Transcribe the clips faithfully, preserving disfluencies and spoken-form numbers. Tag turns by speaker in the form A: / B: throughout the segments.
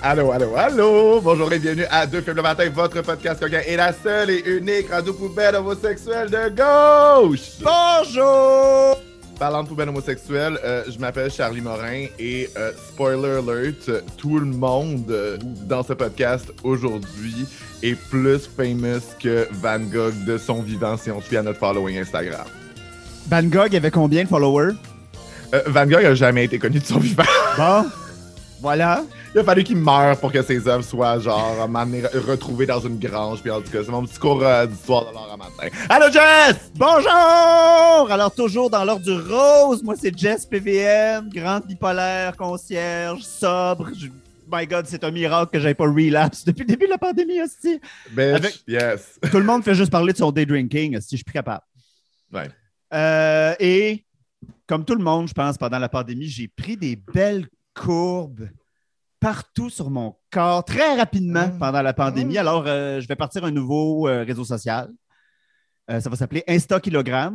A: Allô, allô, allô! Bonjour et bienvenue à Deux Films le matin, votre podcast coquin et la seule et unique radio poubelle homosexuelle de gauche!
B: Bonjour!
A: Parlant de poubelle homosexuelle, euh, je m'appelle Charlie Morin et euh, spoiler alert, tout le monde euh, dans ce podcast aujourd'hui est plus famous que Van Gogh de son vivant si on suit à notre following Instagram.
B: Van Gogh avait combien de followers?
A: Euh, Van Gogh a jamais été connu de son vivant.
B: Bon, voilà.
A: Il a fallu qu'il meure pour que ses œuvres soient, genre, retrouvées dans une grange. Puis en tout cas, c'est mon petit cours euh, d'histoire de l'art à matin. Allô, Jess!
B: Bonjour! Alors, toujours dans l'ordre du rose, moi, c'est Jess P V M, grande bipolaire, concierge, sobre. Je... My God, c'est un miracle que j'avais pas relapse depuis le début de la pandémie, hostie.
A: Bitch,
B: Avec...
A: yes.
B: Tout le monde fait juste parler de son day drinking, hostie, je suis plus capable.
A: Ouais.
B: Euh, et, comme tout le monde, je pense, pendant la pandémie, j'ai pris des belles courbes partout sur mon corps, très rapidement pendant la pandémie. Alors, euh, je vais partir un nouveau euh, réseau social. Euh, ça va s'appeler Insta Kilogramme.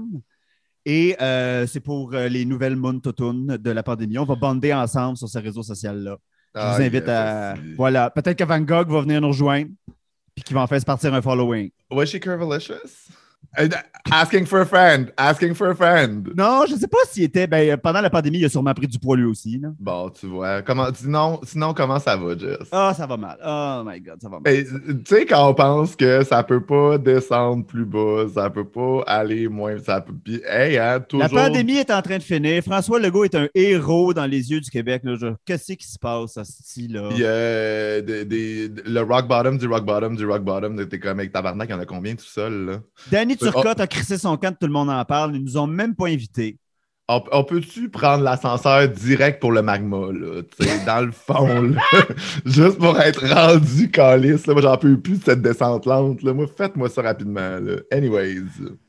B: Et euh, c'est pour euh, les nouvelles moon totounes de la pandémie. On va bonder ensemble sur ce réseau social-là. Je
A: Ah,
B: vous invite
A: yes,
B: à...
A: aussi.
B: Voilà. Peut-être que Van Gogh va venir nous rejoindre puis qu'il va en faire se partir un following.
A: Was she curvilicious? Uh, asking for a friend. Asking for a friend.
B: Non, je ne sais pas s'il était... Ben, pendant la pandémie, il a sûrement pris du poids lui aussi. Là.
A: Bon, tu vois. Comment, sinon, sinon, comment ça va, Jess?
B: Ah, oh, ça va mal. Oh my God, ça va mal.
A: Ben, tu sais, quand on pense que ça peut pas descendre plus bas, ça peut pas aller moins... Ça peut... Hey, hein, toujours...
B: La pandémie est en train de finir. François Legault est un héros dans les yeux du Québec. Là. Je... Qu'est-ce qui se passe à ce style-là?
A: Il y a des, des, le rock bottom, du rock bottom, du rock bottom. T'es comme avec tabarnak, il y en a combien tout seul, là?
B: Danny Turcotte
A: oh.
B: a crissé son camp, tout le monde en parle. Ils nous ont même pas invités.
A: On, on peut-tu prendre l'ascenseur direct pour le magma, là? T'sais, dans le fond, là? Juste pour être rendu calice, là. Moi, j'en peux plus de cette descente lente, là. Moi, faites-moi ça rapidement, là. Anyways.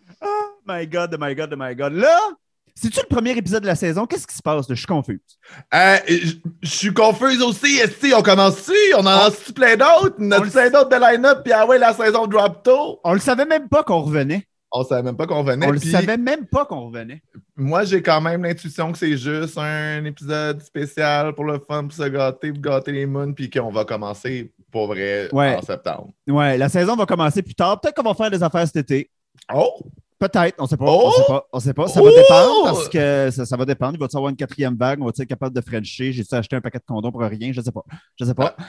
B: Oh my God, oh my God, oh my God. Là, c'est-tu le premier épisode de la saison? Qu'est-ce qui se passe? Là? Je suis confus.
A: Euh, je suis confuse aussi. Est-ce on commence-tu? On en lance-tu plein d'autres? On a plein d'autres de line-up, puis ah ouais, la saison drop tôt.
B: On le savait même pas qu'on revenait.
A: On savait même pas qu'on revenait.
B: On le
A: pis...
B: savait même pas qu'on revenait.
A: Moi, j'ai quand même l'intuition que c'est juste un épisode spécial pour le fun, pour se gâter, pour gâter les moons, puis qu'on va commencer pour vrai
B: ouais.
A: en septembre.
B: Ouais, la saison va commencer plus tard. Peut-être qu'on va faire des affaires cet été.
A: Oh!
B: Peut-être, on sait pas.
A: Oh!
B: On sait pas. On sait pas. Ça
A: oh!
B: va dépendre parce que ça, ça va dépendre. Il va y avoir une quatrième vague? On va être capable de frencher? J'ai-tu acheté un paquet de condoms pour rien? Je sais pas. Je sais pas.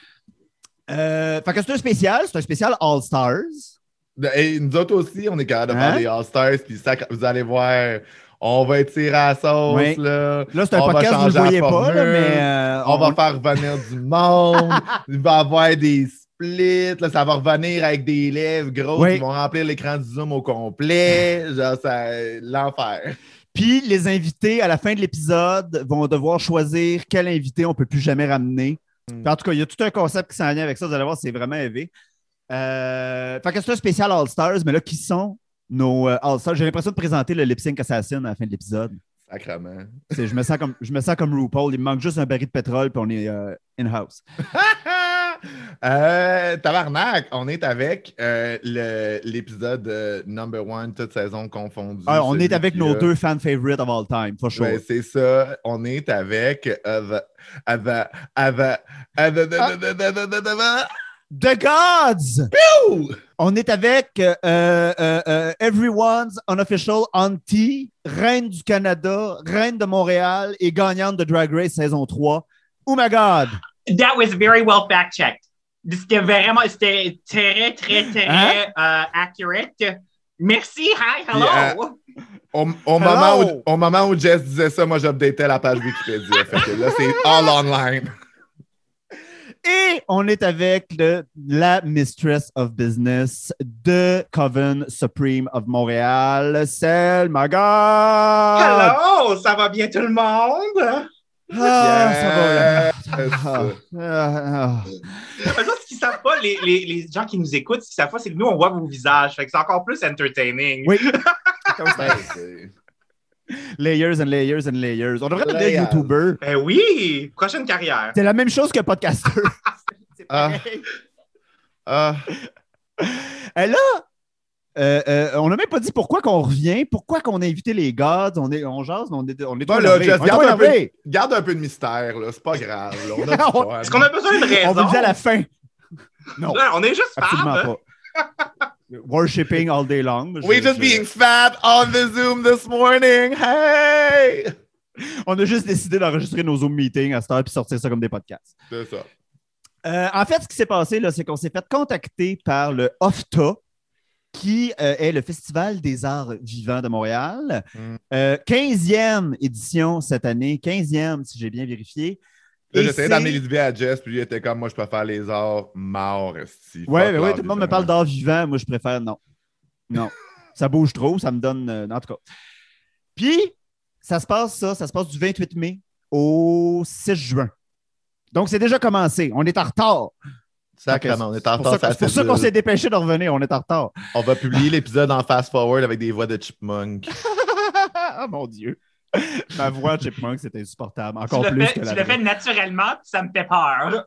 B: Ah. Euh, fait que c'est un spécial. C'est un spécial All-Stars.
A: Et nous autres aussi, on est capable de hein? faire des All-Stars, puis ça, vous allez voir, on va étirer à la sauce, oui. là.
B: Là, c'est un on podcast que vous ne voyez pas, là, mais... Euh,
A: on... on va faire revenir du monde, il va y avoir des splits, là, ça va revenir avec des lèvres grosses, oui. Ils vont remplir l'écran du Zoom au complet, genre, ça, l'enfer.
B: Puis, les invités, à la fin de l'épisode, vont devoir choisir quel invité on ne peut plus jamais ramener. Mm. Puis, en tout cas, il y a tout un concept qui s'en vient avec ça, vous allez voir, c'est vraiment élevé. Euh, fait que c'est un spécial All-Stars, mais là, qui sont nos euh, All-Stars? J'ai l'impression de présenter le Lip Sync Assassin à la fin de l'épisode.
A: Sacrement.
B: C'est, je, me sens comme, je me sens comme RuPaul. Il me manque juste un baril de pétrole, puis on est euh, in-house.
A: euh, tabarnak, on est avec euh, le, l'épisode euh, number one, toute saison confondue.
B: Ah, on est avec nos a... deux fan favorites of all time, for sure.
A: Ouais, c'est ça. On est avec... Uh, Ava, Ava, Ava,
B: The Gods!
A: Pew!
B: On est avec euh, euh, euh, Everyone's Unofficial Auntie, reine du Canada, reine de Montréal et gagnante de Drag Race saison trois. Oh my God!
C: That was very well fact-checked. C'était vraiment, c'était très, très, très hein? uh, accurate. Merci, hi, hello! Yeah.
A: Au, au, moment où, au moment où Jess disait ça, moi, j'updatais la page Wikipédia. Fait que là, c'est all online.
B: Et on est avec le, la Mistress of Business de Coven Supreme of Montréal, Selma God!
C: Hello! Ça va bien tout le monde?
B: Ah, yes. Ça va bien.
A: Ah,
C: ah, ah. Ce qu'ils ne savent pas, les, les, les gens qui nous écoutent, ce qu'ils ne savent pas, c'est que nous, on voit vos visages. Fait que c'est encore plus entertaining.
B: Oui. Comme ça. Layers and layers and layers. On devrait devenir YouTuber.
C: Ben oui! Prochaine carrière.
B: C'est la même chose que podcaster. C'est
A: pareil. Ah.
B: Ah. Et là, Euh, euh, on n'a même pas dit pourquoi qu'on revient, pourquoi qu'on a invité les gods. On est, on jase, mais on est, on est
A: Bon,
B: trop
A: là,
B: énervés.
A: Jess,
B: On est
A: garde,
B: trop
A: un peu,
B: énervés.
A: garde un peu de mystère, là. C'est pas grave. Là. On a du fun.
C: Est-ce qu'on a besoin de raison?
B: On vous le dit à la fin. Non,
C: Non, on est juste
B: absolument
C: fab.
B: pas. Worshipping all day long. Je-
A: We just
B: je-
A: being fab on the Zoom this morning. Hey!
B: On a juste décidé d'enregistrer nos Zoom meetings à cette heure puis sortir ça comme des podcasts.
A: C'est ça.
B: Euh, en fait, ce qui s'est passé, là, c'est qu'on s'est fait contacter par le O F T A, qui euh, est le Festival des arts vivants de Montréal.
A: Mm.
B: Euh, quinzième édition cette année, quinzième si j'ai bien vérifié.
A: Là,
B: Et
A: j'essayais
B: c'est-
A: d'amener l'idée à Jess, puis lui était comme moi, je préfère les arts morts. esti.
B: Ouais,
A: Fuck
B: mais oui,
A: l'art
B: tout le monde me
A: vivant.
B: parle d'art vivant. Moi, je préfère non. Non. Ça bouge trop, ça me donne. euh, en tout cas. Puis, ça se passe, ça, ça se passe du vingt-huit mai au six juin. Donc, c'est déjà commencé. On est en retard.
A: Sacrément, on est en
B: C'est pour
A: retard.
B: ça, c'est pour ça qu'on s'est dépêché de revenir. On est en retard.
A: On va publier l'épisode en fast-forward avec des voix de chipmunk.
B: Ah, mon Dieu. Ma voix de Chipmunk, c'est insupportable.
C: Tu
B: Encore
C: le
B: plus
C: fais,
B: que la
C: tu le
B: vraie.
C: fais naturellement, puis ça me fait peur.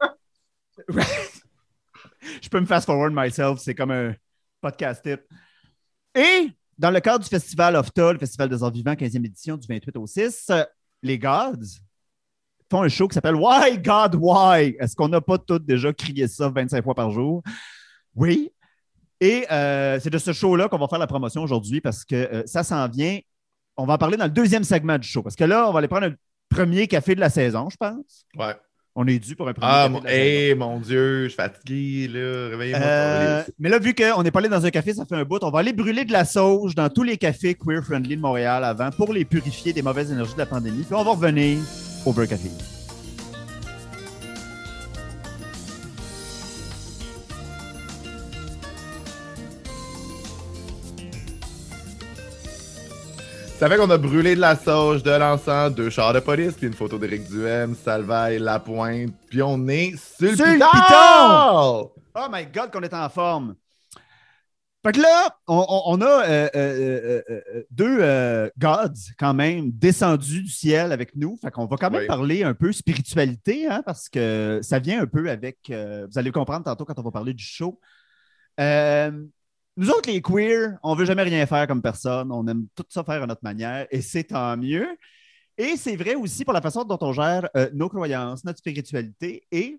B: Je peux me fast-forward myself. C'est comme un podcast tip. Et dans le cadre du festival O F T A, le Festival des arts vivants, quinzième édition du vingt-huit au six, euh, les Gods font un show qui s'appelle Why God Why? Est-ce qu'on n'a pas tous déjà crié ça vingt-cinq fois par jour? Oui. Et euh, c'est de ce show-là qu'on va faire la promotion aujourd'hui parce que euh, ça s'en vient. On va en parler dans le deuxième segment du show parce que là, on va aller prendre un premier café de la saison, je pense.
A: Ouais.
B: On est dû pour un premier
A: Ah,
B: café
A: mon,
B: de la saison.
A: hey, mon Dieu, je suis fatigué, là. Réveillez-moi.
B: Euh, mais là, vu qu'on n'est pas allé dans un café, ça fait un bout, on va aller brûler de la sauge dans tous les cafés queer-friendly de Montréal avant pour les purifier des mauvaises énergies de la pandémie. Puis on va revenir au Beurre Café.
A: Ça fait qu'on a brûlé de la sauge, de l'encens, deux chars de police, puis une photo d'Éric Duhem, Salvaille, Lapointe, puis on est sur le
B: Sur le
A: piton!
B: piton! Oh my God, qu'on est en forme! Fait que là, on, on- on a euh, euh, euh, euh, deux euh, gods quand même descendus du ciel avec nous. Fait qu'on va quand même
A: Oui.
B: parler un peu spiritualité, hein, parce que ça vient un peu avec, euh, vous allez le comprendre tantôt quand on va parler du show. Euh, nous autres, les queers, on ne veut jamais rien faire comme personne. On aime tout ça faire à notre manière et c'est tant mieux. Et c'est vrai aussi pour la façon dont on gère euh, nos croyances, notre spiritualité et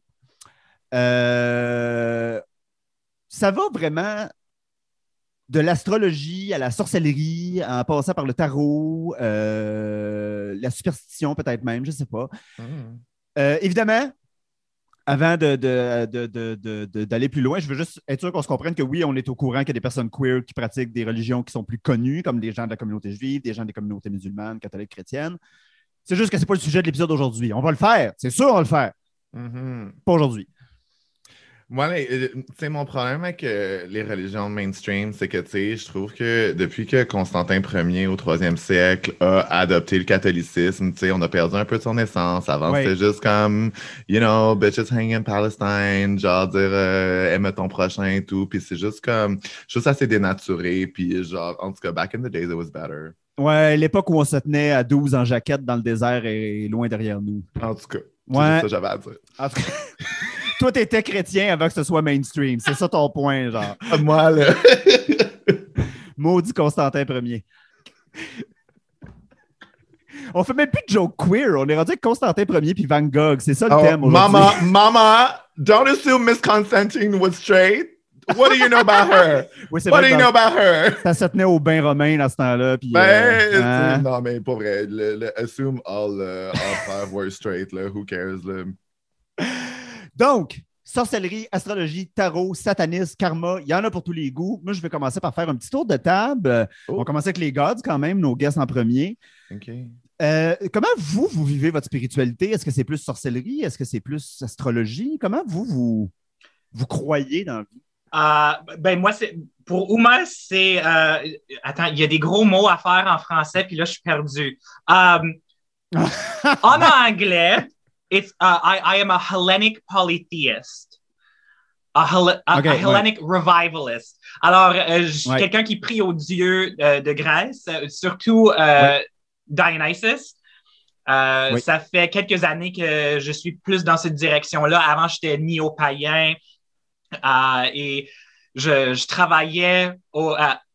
B: euh, ça va vraiment de l'astrologie à la sorcellerie, en passant par le tarot, euh, la superstition peut-être même, je ne sais pas.
A: Mmh.
B: Euh, évidemment, avant de, de, de, de, de, de, d'aller plus loin, je veux juste être sûr qu'on se comprenne que oui, on est au courant qu'il y a des personnes queer qui pratiquent des religions qui sont plus connues, comme des gens de la communauté juive, des gens des communautés musulmanes, catholiques, chrétiennes. C'est juste que ce n'est pas le sujet de l'épisode d'aujourd'hui. On va le faire, c'est sûr, on va le faire.
A: Mmh.
B: Pas aujourd'hui.
A: Moi, les- euh, tu sais, mon problème avec euh, les religions mainstream, c'est que, tu sais, je trouve que depuis que Constantin Ier au troisième siècle a adopté le catholicisme, tu sais, on a perdu un peu de son essence. Avant,
B: Ouais.
A: c'était juste comme, you know, bitches hang in Palestine, genre dire, euh, aime ton prochain et tout. Puis c'est juste comme, juste assez dénaturé. Puis genre, en tout cas, back in the days, it was better.
B: Ouais, l'époque où on se tenait à douze en jaquette dans le désert est loin derrière nous.
A: En tout cas, c'est
B: Ouais.
A: juste ça que j'avais à dire.
B: En tout cas, toi, t'étais chrétien avant que ce soit mainstream. C'est ça ton point, genre.
A: Moi, là.
B: Maudit Constantin Ier. On fait même plus de joke queer. On est rendu avec Constantin Ier puis Van Gogh. C'est ça le
A: Oh,
B: thème aujourd'hui.
A: mama, mama, don't assume Miss Constantine was straight. What do you know about her?
B: Oui, c'est
A: What do
B: vrai
A: you
B: que
A: know
B: dans-
A: about her?
B: ça se tenait au bain romain dans ce temps-là. Puis,
A: Ben,
B: euh, hein.
A: tu- non, mais pas vrai. Le, le- assume all, uh, all five were straight, là. Who cares, là?
B: Donc, sorcellerie, astrologie, tarot, satanisme, karma, il y en a pour tous les goûts. Moi, je vais commencer par faire un petit tour de table.
A: Oh.
B: On va commencer avec les gods quand même, nos guests en premier.
A: OK.
B: Euh, comment vous, vous vivez votre spiritualité? Est-ce que c'est plus sorcellerie? Est-ce que c'est plus astrologie? Comment vous, vous, vous croyez dans la vie?
C: Euh, ben moi, c'est pour Uma, c'est euh, attends, il y a des gros mots à faire en français, puis là, je suis perdu. Um, en anglais, it's uh, I, I am a Hellenic polytheist. A, Hel- a,
B: Ok,
C: a Hellenic revivalist. Alors, euh, je suis
B: Ouais.
C: quelqu'un qui prie aux dieux euh, de Grèce, euh, surtout euh, Dionysus. Euh,
B: Oui.
C: Ça fait quelques années que je suis plus dans cette direction-là. Avant, j'étais néo-païen. Euh, et je, je travaillais au, à-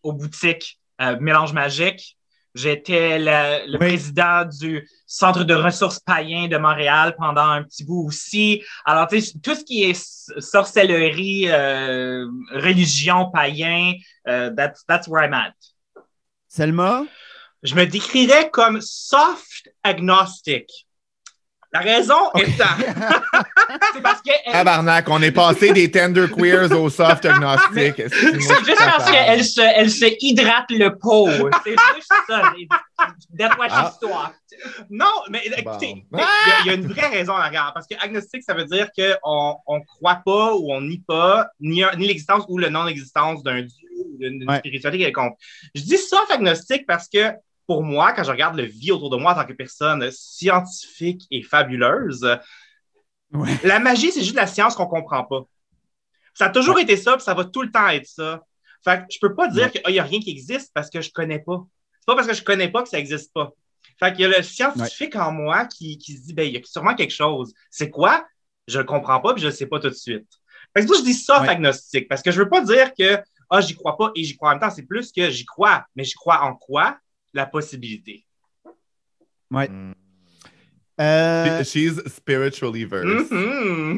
C: aux boutiques euh, Mélange Magique. J'étais le, le
B: oui.
C: président du Centre de ressources païens de Montréal pendant un petit bout aussi. Alors, tu sais, tout ce qui est sorcellerie, euh, religion, païen, uh, that's, that's where I'm at.
B: Selma?
C: Je me décrirais comme soft agnostic. La raison okay. étant... c'est parce que... Elle...
A: Tabarnak, on est passé des tender queers au soft agnostic.
C: C'est juste parce qu'elle se, elle se hydrate le pot. C'est juste ça. That's what she's soft.
D: Non, mais écoutez, il bon. y, y a une vraie raison en arrière. Parce que agnostique, ça veut dire qu'on ne croit pas ou on nie pas ni, ni l'existence ou le non-existence d'un dieu ou d'une ouais. spiritualité quelconque. Je dis soft agnostique parce que pour moi, quand je regarde la vie autour de moi en tant que personne scientifique et fabuleuse, ouais. la magie, c'est juste la science qu'on ne comprend pas. Ça a toujours ouais. été ça, puis ça va tout le temps être ça. Fait que je peux pas dire ouais. qu'il n'y oh, a rien qui existe parce que je ne connais pas. C'est pas parce que je ne connais pas que ça n'existe pas. Fait qu'il y a le scientifique ouais. en moi qui, qui se dit, ben, il y a sûrement quelque chose. C'est quoi? Je ne le comprends pas, puis je ne le sais pas tout de suite. Fait que moi, je dis soft ouais. agnostique, parce que je ne veux pas dire que, ah, oh, j'y crois pas et j'y crois en même temps. C'est plus que j'y crois, mais j'y crois en quoi? La possibilité.
B: Ouais.
A: Mm.
B: Euh...
A: She's spiritually versed.
C: Mm-hmm.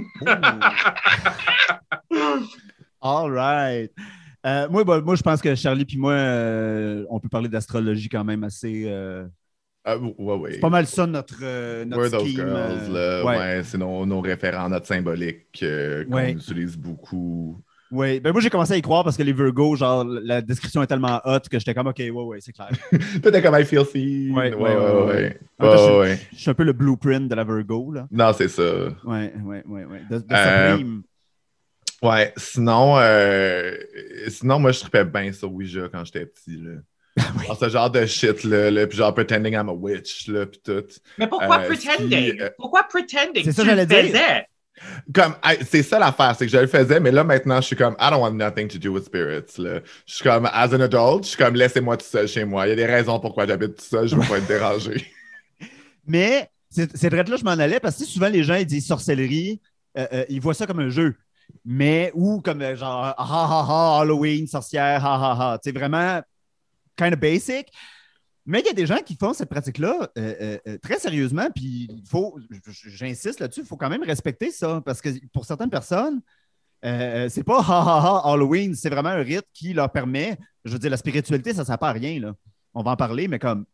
B: All right. Euh, moi, bah, moi, je pense que Charlie puis moi, euh, on peut parler d'astrologie quand même assez... Euh...
A: Uh, ouais, ouais.
B: C'est pas mal ça notre, euh, notre
A: We're those
B: scheme.
A: girls,
B: euh...
A: là. Ouais. Ouais, c'est nos, nos référents, notre symbolique euh, qu'on
B: ouais.
A: utilise beaucoup.
B: Oui, ben moi j'ai commencé à y croire parce que les Virgos, genre la description est tellement hot que j'étais comme OK, ouais, ouais, c'est clair.
A: Toi, t'es comme I feel seen.
B: Ouais, ouais, ouais.
A: ouais,
B: ouais,
A: ouais.
B: ouais.
A: ouais,
B: je,
A: ouais.
B: je suis un peu le blueprint de la Virgo, là.
A: Non, c'est ça.
B: Ouais, ouais, ouais, ouais. De, de
A: euh,
B: Supreme.
A: Ouais, sinon, euh, sinon, moi je tripais bien sur Ouija quand j'étais petit, là. Oui. Genre, ce genre de shit, là, là, puis genre pretending I'm a witch, là, puis tout.
C: Mais pourquoi
A: euh,
C: pretending?
A: si, euh,
C: pourquoi pretending?
B: C'est ça
C: tu
B: j'allais
C: le faisais?
B: dire.
A: Comme, c'est ça l'affaire, c'est que je le faisais, mais là, maintenant, je suis comme, I don't want nothing to do with spirits, là. Je suis comme, as an adult, je suis comme, laissez-moi tout seul chez moi. Il y a des raisons pourquoi j'habite tout seul, je ne veux pas être dérangé.
B: Mais, c'est, c'est vrai que là, je m'en allais, parce que souvent, les gens, ils disent sorcellerie, euh, euh, ils voient ça comme un jeu. Mais, ou comme, genre, ha ha ha, Halloween, sorcière, ha ha ha. C'est vraiment kind of basic. Mais il y a des gens qui font cette pratique-là euh, euh, très sérieusement, puis il faut, j'insiste là-dessus, il faut quand même respecter ça, parce que pour certaines personnes, euh, c'est pas ha ha ha Halloween, c'est vraiment un rite qui leur permet, je veux dire, la spiritualité, ça ne sert pas à rien, là. On va en parler, mais comme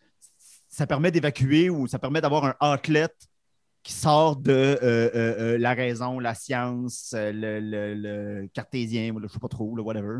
B: ça permet d'évacuer ou ça permet d'avoir un outlet qui sort de euh, euh, euh, la raison, la science, le, le, le cartésien, je ne sais pas trop, le whatever.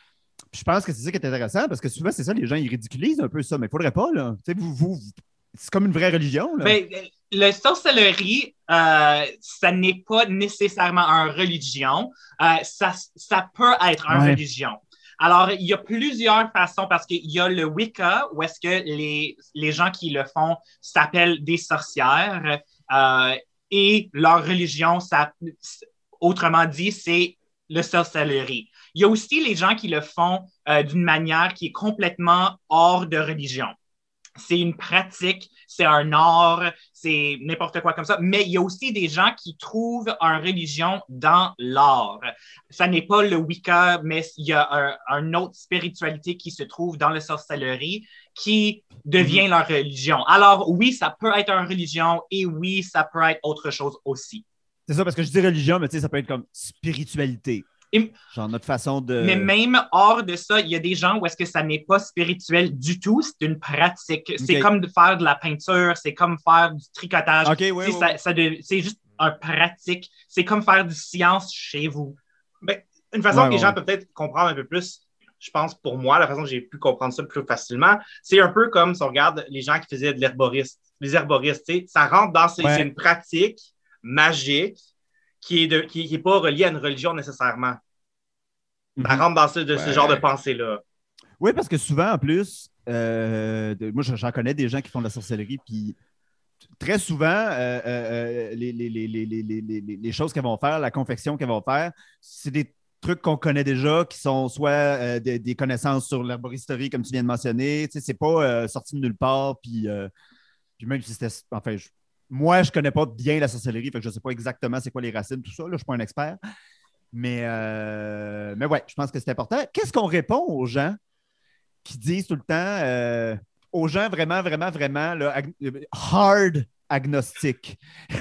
B: Je pense que c'est ça qui est intéressant parce que souvent, c'est ça, les gens, ils ridiculisent un peu ça, mais il ne faudrait pas, là. Tu sais, vous, vous, c'est comme une vraie religion, là.
C: Mais le sorcellerie, euh, ça n'est pas nécessairement une religion. Euh, ça, ça peut être une
B: ouais.
C: religion. Alors, il y a plusieurs façons parce qu'il y a le Wicca où est-ce que les, les gens qui le font s'appellent des sorcières euh, et leur religion, ça, autrement dit, c'est le sorcellerie. Il y a aussi les gens qui le font euh, d'une manière qui est complètement hors de religion. C'est une pratique, c'est un art, c'est n'importe quoi comme ça. Mais il y a aussi des gens qui trouvent une religion dans l'art. Ça n'est pas le Wicca, mais il y a un, une autre spiritualité qui se trouve dans la sorcellerie qui devient mm-hmm. leur religion. Alors oui, ça peut être une religion et oui, ça peut être autre chose aussi.
B: C'est ça, parce que je dis religion, mais tu sais, ça peut être comme spiritualité. Et, genre notre façon de...
C: Mais même hors de ça, il y a des gens où est-ce que ça n'est pas spirituel du tout, c'est une pratique. Okay. C'est comme de faire de la peinture, c'est comme faire du tricotage.
B: Okay, oui, oui,
C: ça,
B: oui.
C: Ça de, c'est juste une pratique. C'est comme faire du science chez vous.
D: Ben, une façon
B: ouais,
D: que les
B: ouais.
D: gens peuvent peut-être comprendre un peu plus, je pense pour moi, la façon que j'ai pu comprendre ça plus facilement, c'est un peu comme si on regarde les gens qui faisaient de l'herboriste. Les herboristes, tu sais, ça rentre dans... C'est, ouais. c'est une pratique magique qui est, de, qui, qui est pas relié à une religion nécessairement. Mm-hmm. Ça rentre dans ce, de, ouais. ce genre de pensée-là.
B: Oui, parce que souvent, en plus, euh, de, moi, j'en connais des gens qui font de la sorcellerie, puis très souvent, euh, euh, les, les, les, les, les, les, les choses qu'elles vont faire, la confection qu'elles vont faire, c'est des trucs qu'on connaît déjà, qui sont soit euh, des, des connaissances sur l'herboristerie, comme tu viens de mentionner. Tu sais, c'est pas euh, sorti de nulle part, puis, euh, puis même si c'était... Enfin, je, moi, je connais pas bien la sorcellerie, fait que je sais pas exactement c'est quoi les racines, tout ça. Là, je suis pas un expert. Mais, euh, mais ouais, je pense que c'est important. Qu'est-ce qu'on répond aux gens qui disent tout le temps euh, aux gens vraiment, vraiment, vraiment là, ag- hard agnostiques.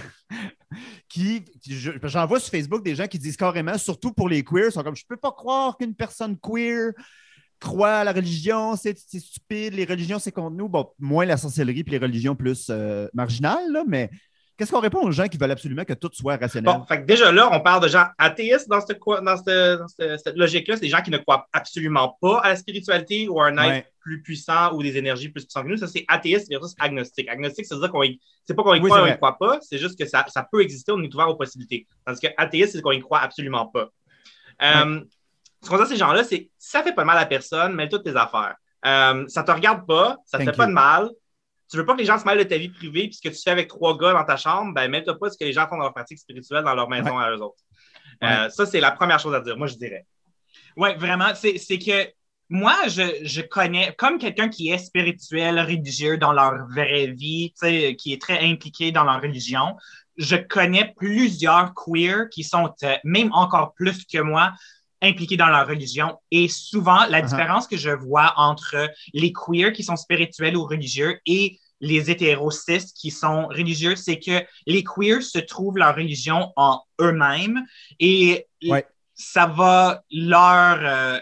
B: qui, je, j'en vois sur Facebook des gens qui disent carrément, surtout pour les queers, sont comme je peux pas croire qu'une personne queer croit à la religion, c'est, c'est stupide, les religions c'est contre nous. Bon, moins la sorcellerie puis les religions plus euh, marginales, là, mais qu'est-ce qu'on répond aux gens qui veulent absolument que tout soit rationnel?
D: Bon, fait que déjà là, on parle de gens athéistes dans, cette, dans, cette, dans cette, cette logique-là. C'est des gens qui ne croient absolument pas à la spiritualité ou à un être ouais. plus puissant ou des énergies plus puissantes que nous. Ça, c'est athéiste versus agnostique. Agnostique, c'est dire qu'on y, c'est pas qu'on y oui, croit ou on y croit pas, c'est juste que ça, ça peut exister, on est ouvert aux possibilités. Tandis que athéiste, c'est qu'on y croit absolument pas. Euh, ouais. Ce qu'on dit à ces gens-là, c'est ça fait pas de mal à personne, mais toutes tes affaires. Euh, ça te regarde pas, ça te Thank fait you. Pas de mal. Tu veux pas que les gens se mêlent de ta vie privée, puis ce que tu fais avec trois gars dans ta chambre, ben mets-toi pas ce que les gens font dans leur pratique spirituelle dans leur maison ouais. à eux autres. Ouais. Euh, ça, c'est la première chose à dire, moi, je dirais.
C: Oui, vraiment, c'est, c'est que moi, je, je connais, comme quelqu'un qui est spirituel, religieux dans leur vraie vie, qui est très impliqué dans leur religion, je connais plusieurs queers qui sont, euh, même encore plus que moi, impliqués dans leur religion. Et souvent, la uh-huh. différence que je vois entre les queers qui sont spirituels ou religieux et les hétérocis qui sont religieux, c'est que les queers se trouvent leur religion en eux-mêmes et ouais. ça va leur... Euh,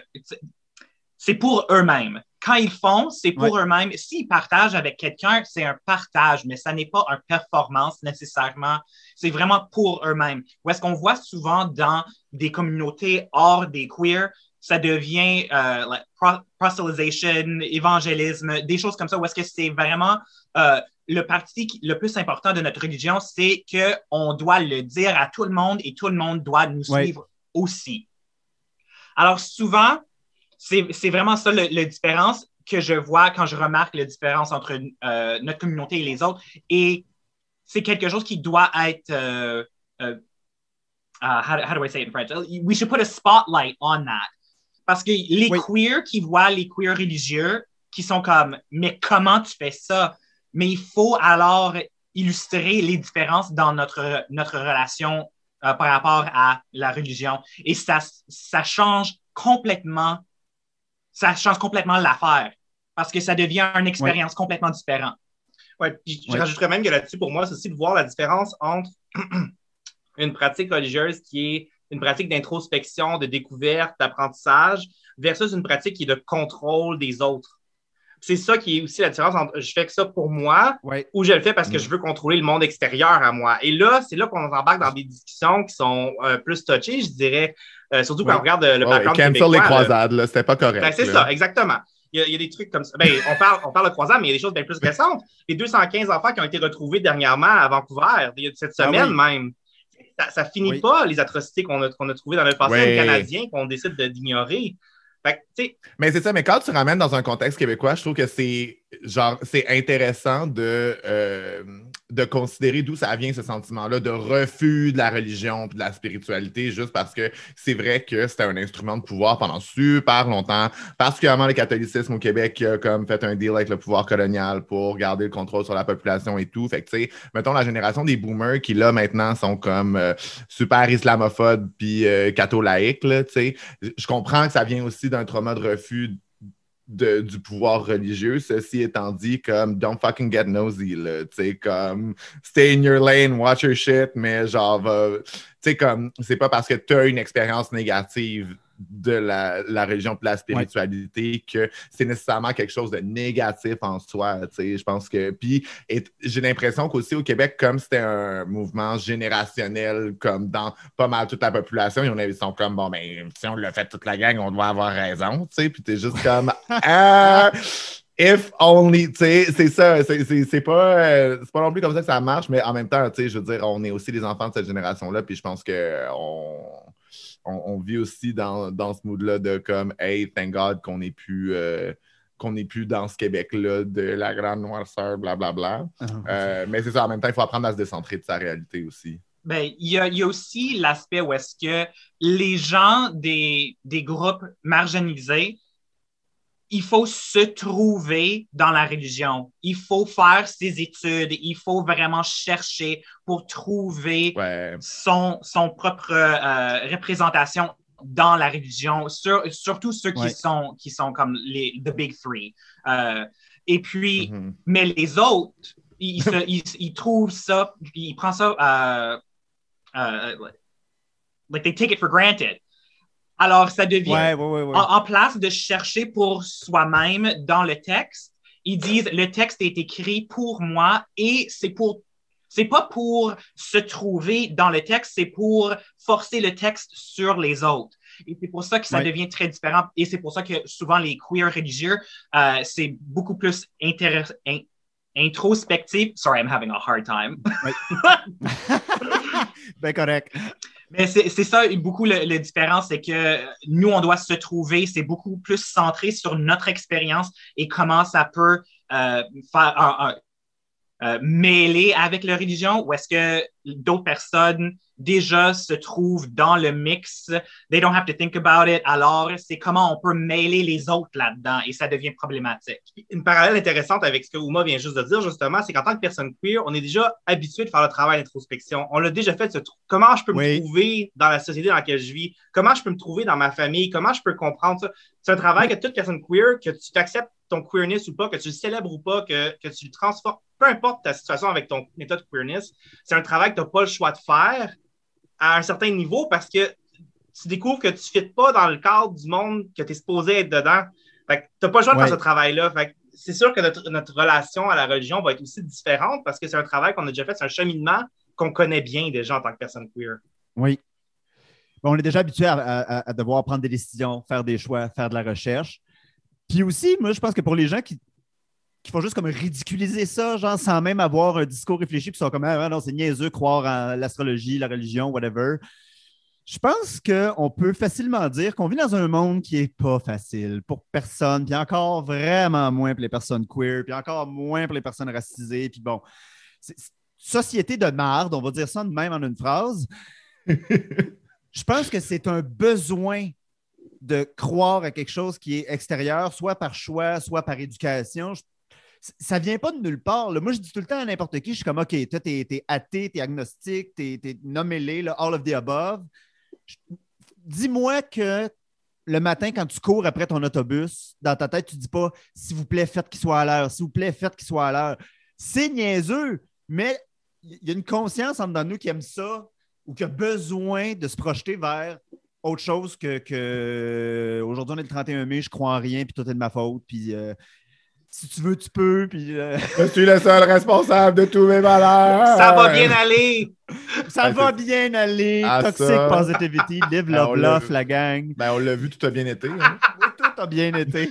C: c'est pour eux-mêmes. Quand ils font, c'est pour ouais. eux-mêmes. S'ils partagent avec quelqu'un, c'est un partage, mais ça n'est pas une performance nécessairement. C'est vraiment pour eux-mêmes. Ou est-ce qu'on voit souvent dans des communautés hors des queers, ça devient euh, like, pro- proselytization, évangélisme, des choses comme ça, ou est-ce que c'est vraiment euh, le parti le plus important de notre religion, c'est qu'on doit le dire à tout le monde et tout le monde doit nous ouais. suivre aussi. Alors souvent, C'est, c'est vraiment ça le, le différence que je vois quand je remarque la différence entre euh, notre communauté et les autres. Et c'est quelque chose qui doit être... Uh, uh, uh, how, how do I say it in French? We should put a spotlight on that. Parce que les oui. queers qui voient les queers religieux, qui sont comme, mais comment tu fais ça? Mais il faut alors illustrer les différences dans notre, notre relation uh, par rapport à la religion. Et ça, ça change complètement ça change complètement l'affaire parce que ça devient une expérience ouais. complètement différente.
D: Oui, puis je ouais. rajouterais même que là-dessus, pour moi, c'est aussi de voir la différence entre une pratique religieuse qui est une pratique d'introspection, de découverte, d'apprentissage, versus une pratique qui est de contrôle des autres. C'est ça qui est aussi la différence entre je fais que ça pour moi ouais. ou je le fais parce que mmh. je veux contrôler le monde extérieur à moi. Et là, c'est là qu'on embarque dans des discussions qui sont euh, plus touchées, je dirais. Euh, surtout quand ouais. on regarde euh, le
A: oh,
D: background
A: québécois. Cancel les croisades, là, c'était pas correct.
D: Ben, c'est
A: là.
D: ça, exactement. Il y, a, il y a des trucs comme ça. Ben, on, parle, on parle de croisades, mais il y a des choses bien plus récentes. Les deux cent quinze enfants qui ont été retrouvés dernièrement à Vancouver, cette semaine ah, oui. même. Ça, ça finit oui. pas, les atrocités qu'on a, qu'on a trouvées dans notre passé oui. canadien qu'on décide de, d'ignorer. Fait que,
A: mais c'est ça, mais quand tu ramènes dans un contexte québécois, je trouve que c'est genre c'est intéressant de, euh, de considérer d'où ça vient ce sentiment-là de refus de la religion et de la spiritualité, juste parce que c'est vrai que c'était un instrument de pouvoir pendant super longtemps, particulièrement le catholicisme au Québec qui a comme fait un deal avec le pouvoir colonial pour garder le contrôle sur la population et tout. Fait que tu sais, mettons la génération des boomers qui là maintenant sont comme euh, super islamophobes puis euh, catho-laïques, là, tu sais. Je comprends que ça vient aussi d'un trauma de refus de, du pouvoir religieux. Ceci étant dit, comme don't fucking get nosy, là, tu sais, comme stay in your lane, watch your shit, mais genre, tu sais, comme c'est pas parce que tu as une expérience négative de la, la religion et de la spiritualité ouais. que c'est nécessairement quelque chose de négatif en soi, tu sais, je pense que, puis j'ai l'impression qu'aussi au Québec, comme c'était un mouvement générationnel, comme dans pas mal toute la population, ils sont comme, bon, ben, si on l'a fait toute la gang, on doit avoir raison, tu sais, puis t'es juste comme, ah, if only, tu sais, c'est ça, c'est, c'est, c'est pas, euh, c'est pas non plus comme ça que ça marche, mais en même temps, tu sais, je veux dire, on est aussi les enfants de cette génération-là, puis je pense que on... On, on vit aussi dans, dans ce mood-là de comme « Hey, thank God qu'on n'est plus, euh, qu'on n'est plus dans ce Québec-là de la grande noirceur, blablabla. Oh, » euh, Mais c'est ça, en même temps, il faut apprendre à se décentrer de sa réalité aussi.
C: Ben, il y a, il y a aussi l'aspect où est-ce que les gens des, des groupes marginalisés, il faut se trouver dans la religion. Il faut faire ses études. Il faut vraiment chercher pour trouver ouais. son, son propre euh, représentation dans la religion, sur, surtout ceux qui,
B: ouais.
C: sont, qui sont comme les the big three. Euh, et puis,
A: Mm-hmm.
C: mais les autres, ils, se, ils, ils trouvent ça, ils prennent ça, euh, euh, like they take it for granted. Alors, ça devient,
B: ouais, ouais, ouais, ouais.
C: En, en place de chercher pour soi-même dans le texte, ils disent, le texte est écrit pour moi et c'est pour C'est pas pour se trouver dans le texte, c'est pour forcer le texte sur les autres. Et c'est pour ça que ça
B: ouais. devient
C: très différent. Et c'est pour ça que souvent les queer religieux, euh, c'est beaucoup plus intéress- in- introspectif. Sorry, I'm having a hard time.
B: Oui. Ben correct.
C: Mais c'est, c'est ça, beaucoup le, le différence, c'est que nous, on doit se trouver, c'est beaucoup plus centré sur notre expérience et comment ça peut euh, faire un, un Euh, mêlés avec la religion, ou est-ce que d'autres personnes déjà se trouvent dans le mix, they don't have to think about it, alors c'est comment on peut mêler les autres là-dedans et ça devient problématique.
D: Une parallèle intéressante avec ce que Uma vient juste de dire, justement, c'est qu'en tant que personne queer, on est déjà habitué de faire le travail d'introspection. On l'a déjà fait de se trou- comment je peux me
B: oui.
D: trouver dans la société dans laquelle je vis, comment je peux me trouver dans ma famille, comment je peux comprendre ça. C'est un travail que toute personne queer, que tu t'acceptes ton queerness ou pas, que tu le célèbres ou pas, que, que tu le transformes, peu importe ta situation avec ton état de queerness, c'est un travail que tu n'as pas le choix de faire à un certain niveau parce que tu découvres que tu ne fites pas dans le cadre du monde que tu es supposé être dedans. Fait que tu n'as pas le choix de
B: ouais.
D: faire ce travail-là. Fait que c'est sûr que notre, notre relation à la religion va être aussi différente parce que c'est un travail qu'on a déjà fait, c'est un cheminement qu'on connaît bien déjà en tant que personne queer.
B: Oui. Bon, on est déjà habitué à, à, à devoir prendre des décisions, faire des choix, faire de la recherche. Puis aussi, moi, je pense que pour les gens qui, qui font juste comme ridiculiser ça, genre sans même avoir un discours réfléchi, puis sont comme ah, non, c'est niaiseux croire en l'astrologie, la religion, whatever. Je pense qu'on peut facilement dire qu'on vit dans un monde qui n'est pas facile pour personne, puis encore vraiment moins pour les personnes queer, puis encore moins pour les personnes racisées. Puis bon, c'est, c'est société de marde, on va dire ça de même en une phrase. Je pense que c'est un besoin de croire à quelque chose qui est extérieur, soit par choix, soit par éducation. Je, ça ne vient pas de nulle part. Là. Moi, je dis tout le temps à n'importe qui, je suis comme, OK, toi, t'es, t'es athée, t'es agnostique, t'es, t'es nommé-les, là, all of the above. Je, dis-moi que le matin, quand tu cours après ton autobus, dans ta tête, tu ne dis pas, s'il vous plaît, faites qu'il soit à l'heure, s'il vous plaît, faites qu'il soit à l'heure. C'est niaiseux, mais il y a une conscience en dedans de nous qui aime ça ou qui a besoin de se projeter vers autre chose que, que aujourd'hui on est le trente et un mai, je crois en rien, puis tout est de ma faute, puis euh, si tu veux, tu peux, puis... Euh...
A: Je suis le seul responsable de tous mes malheurs!
D: Ça va bien aller!
B: Ça
A: ah,
B: va
A: c'est...
B: bien aller!
A: Ah,
B: Toxic
A: ça...
B: positivity, live, love,
A: ben,
B: love, la gang.
A: Ben, on l'a vu, tout a bien été. Hein?
B: Oui, tout a bien été.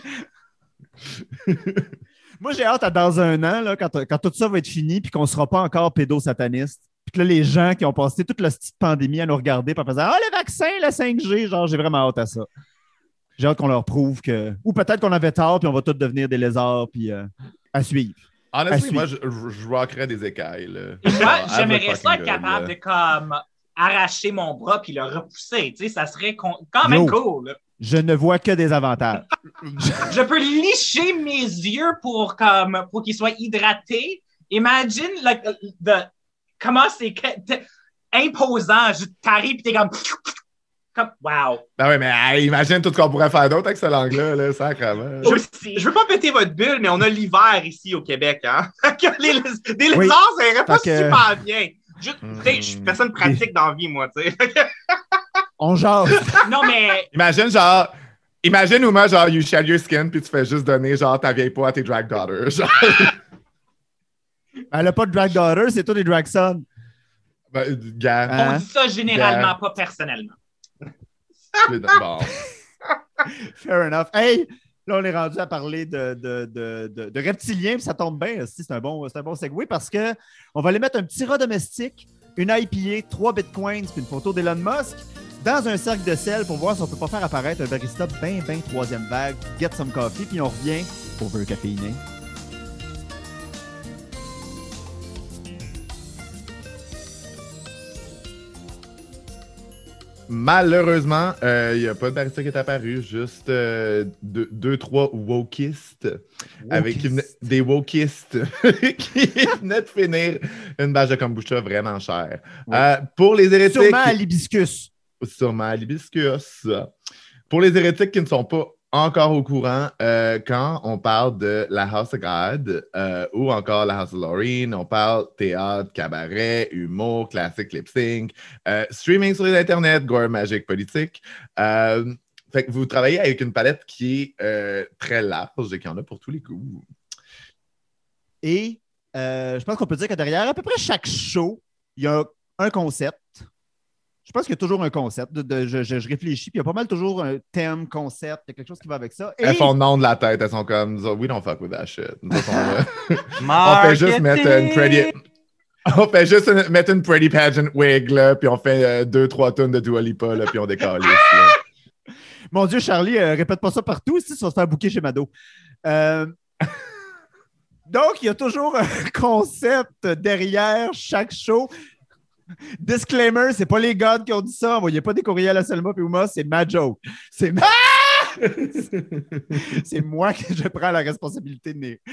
B: Moi, j'ai hâte à dans un an, là, quand, quand tout ça va être fini, puis qu'on ne sera pas encore pédosataniste. Puis que là, les gens qui ont passé toute la petite pandémie à nous regarder en faisant « Ah, le vaccin, la cinq G! » Genre, j'ai vraiment hâte à ça. J'ai hâte qu'on leur prouve que... Ou peut-être qu'on avait tort, puis on va tous devenir des lézards, puis euh, à suivre.
A: Honnêtement, moi, je, je, je rockerais des écailles. Là.
C: Moi, j'aimerais ça être capable là. de comme arracher mon bras puis le repousser. Tu sais, ça serait con- quand même Yo, cool. Là.
B: Je ne vois que des avantages.
C: Je peux licher mes yeux pour, comme, pour qu'ils soient hydratés. Imagine like, the, comment c'est imposant. Je t'arrive et t'es comme... comme... Wow.
A: Ben oui, mais hey, imagine tout ce qu'on pourrait faire d'autre avec ce langue-là, là, sacrément.
D: Je, je veux pas péter votre bulle, mais on a l'hiver ici au Québec. Hein? les, des lézards, oui. ça irait pas que... super bien. Juste, mmh. Je suis personne pratique dans la vie, moi, tu sais.
B: On jase.
C: Non, mais...
A: Imagine, genre... Imagine, Uma, genre, you shed your skin, puis tu fais juste donner, genre, ta vieille peau à tes drag daughters. Genre.
B: Elle a pas de drag daughter, c'est toi des drag sons.
A: Ben, gars.
C: Hein? On dit ça généralement, gars. Pas personnellement.
A: Bon.
B: Fair enough. Hey, là, on est rendu à parler de, de, de, de, de reptiliens, puis ça tombe bien. C'est un bon, c'est un bon segue parce qu'on va aller mettre un petit rat domestique, une I P A, trois bitcoins, puis une photo d'Elon Musk dans un cercle de sel pour voir si on peut pas faire apparaître un barista bien, bien troisième vague, get some coffee, puis on revient over caféiné.
A: Malheureusement, il euh, n'y a pas de barista qui est apparu, juste euh, deux, deux, trois wokistes, avec une, des wokistes qui venaient de finir une bâche de kombucha vraiment chère. Oui. Euh, pour les hérétiques...
B: Sûrement à l'hibiscus.
A: Sûrement, l'hibiscus. Pour les hérétiques qui ne sont pas encore au courant, euh, quand on parle de la House of God euh, ou encore la House of Lorraine, on parle théâtre, cabaret, humour, classique, lip-sync, euh, streaming sur les internets, gore, magique, politique. Euh, fait que vous travaillez avec une palette qui est euh, très large et qui en a pour tous les goûts.
B: Et euh, je pense qu'on peut dire que derrière à peu près chaque show, il y a un concept. Je pense qu'il y a toujours un concept. De, de, je, je, je réfléchis, puis il y a pas mal toujours un thème, concept, il y a quelque chose qui va avec ça. Et...
A: Elles font non de la tête, elles sont comme « We don't fuck with that shit ». On, on fait juste mettre une pretty... On fait juste une, mettre une pretty pageant wig, là, puis on fait euh, deux, trois tonnes de Dua Lipa, là, puis on décalisse.
B: Mon Dieu, Charlie, euh, répète pas ça partout, si tu vas se faire booker chez Mado. Euh... Donc, il y a toujours un concept derrière chaque show. Disclaimer, c'est pas les gars qui ont dit ça. Envoyez pas des courriels à Selma et Uma, c'est ma joke. C'est ma... c'est moi que je prends la responsabilité de mes...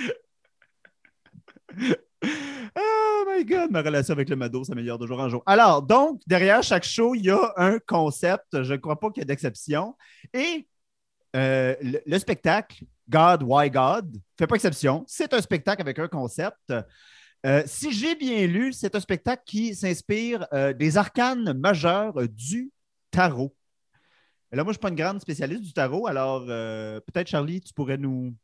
B: Oh my God, ma relation avec le Mado s'améliore de jour en jour. Alors, donc, derrière chaque show, il y a un concept. Je ne crois pas qu'il y ait d'exception. Et euh, le, le spectacle, God, Why God, ne fait pas exception. C'est un spectacle avec un concept. Euh, si j'ai bien lu, c'est un spectacle qui s'inspire euh, des arcanes majeurs euh, du tarot. Et là, moi, je ne suis pas une grande spécialiste du tarot, alors euh, peut-être, Charlie, tu pourrais nous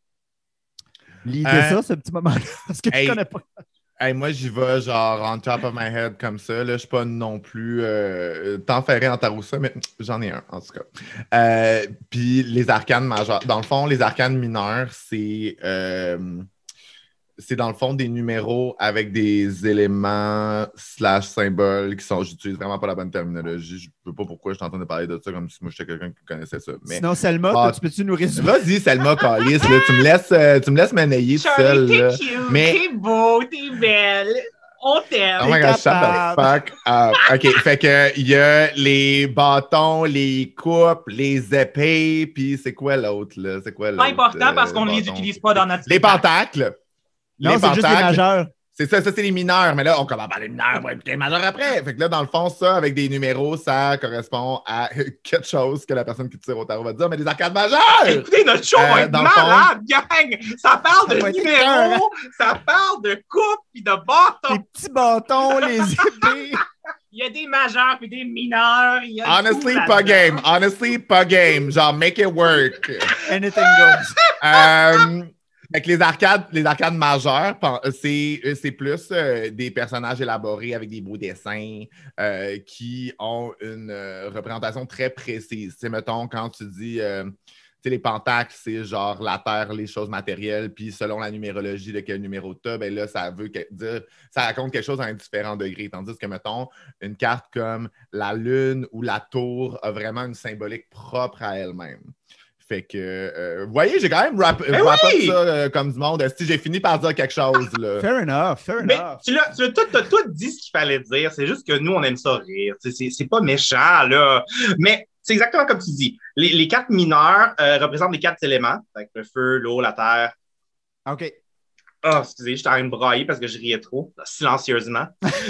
B: lider euh, ça, ce petit moment-là, parce que hey, je ne connais pas.
A: Hey, moi, j'y vais genre on top of my head comme ça. Là, je ne suis pas non plus euh, tant ferré en tarot ça, mais j'en ai un, en tout cas. Euh, Puis les arcanes majeurs. Dans le fond, les arcanes mineurs, c'est... Euh, c'est dans le fond des numéros avec des éléments slash symboles qui sont... J'utilise vraiment pas la bonne terminologie. Je ne sais pas pourquoi je suis en train de parler de ça comme si moi j'étais quelqu'un qui connaissait ça. Mais...
B: Sinon, Selma, ah, tu peux-tu nous résumer?
A: Vas-y, Selma, Calice, là, tu me laisses, euh, tu me laisses m'anayer tout seul.
C: T'es
A: là.
C: cute,
A: mais...
C: t'es beau, t'es belle. On t'aime.
A: Oh my God, shut the fuck up. OK, fait que il y a les bâtons, les coupes, les épées, puis c'est quoi l'autre, là? C'est quoi l'autre?
C: Pas important parce qu'on ne les
A: bâton?
C: utilise pas dans notre
A: Les pentacles.
B: Non, c'est juste des majeurs.
A: C'est ça, ça c'est les mineurs. Mais là, on commence par les mineurs, on va écouter les majeurs après. Fait que là, dans le fond, ça, avec des numéros, ça correspond à quelque chose que la personne qui tire au tarot va dire, mais des arcades majeures!
C: Écoutez, notre show
A: Euh,
C: va être
A: dans le
C: malade, gang! Ça parle
B: Ça
C: de
B: va être
C: numéros, ça parle de coupes puis de bâtons.
B: Les petits bâtons, les épées.
C: Il y a des majeurs puis des mineurs. Il y a
A: Honestly,
C: tout
A: pas
C: là-dedans.
A: game. Honestly, pas game. Genre, make it work.
B: Anything goes.
A: Euh, Fait que les arcades, les arcades majeures, c'est, c'est plus euh, des personnages élaborés avec des beaux dessins euh, qui ont une euh, représentation très précise. Tu sais, mettons, quand tu dis, euh, tu sais, les pentacles, c'est genre la terre, les choses matérielles, puis selon la numérologie de quel numéro tu as, ben là, ça veut que- dire, ça raconte quelque chose à un différent degré. Tandis que, mettons, une carte comme la lune ou la tour a vraiment une symbolique propre à elle-même. Fait que, euh, vous voyez, j'ai quand même wrap,
C: Ben
A: wrap
C: oui!
A: up ça euh, comme du monde. Si j'ai fini par dire quelque chose, là.
B: Fair enough, fair
D: Mais
B: enough.
D: tu l'as, tu as tout, t'as tout dit ce qu'il fallait dire. C'est juste que nous, on aime ça rire. C'est, c'est, c'est pas méchant, là. Mais c'est exactement comme tu dis. Les, les quatre mineurs euh, représentent les quatre éléments. Fait que le feu, l'eau, la terre.
B: OK.
D: Ah, oh, excusez, j'étais en train de brailler parce que je riais trop, silencieusement.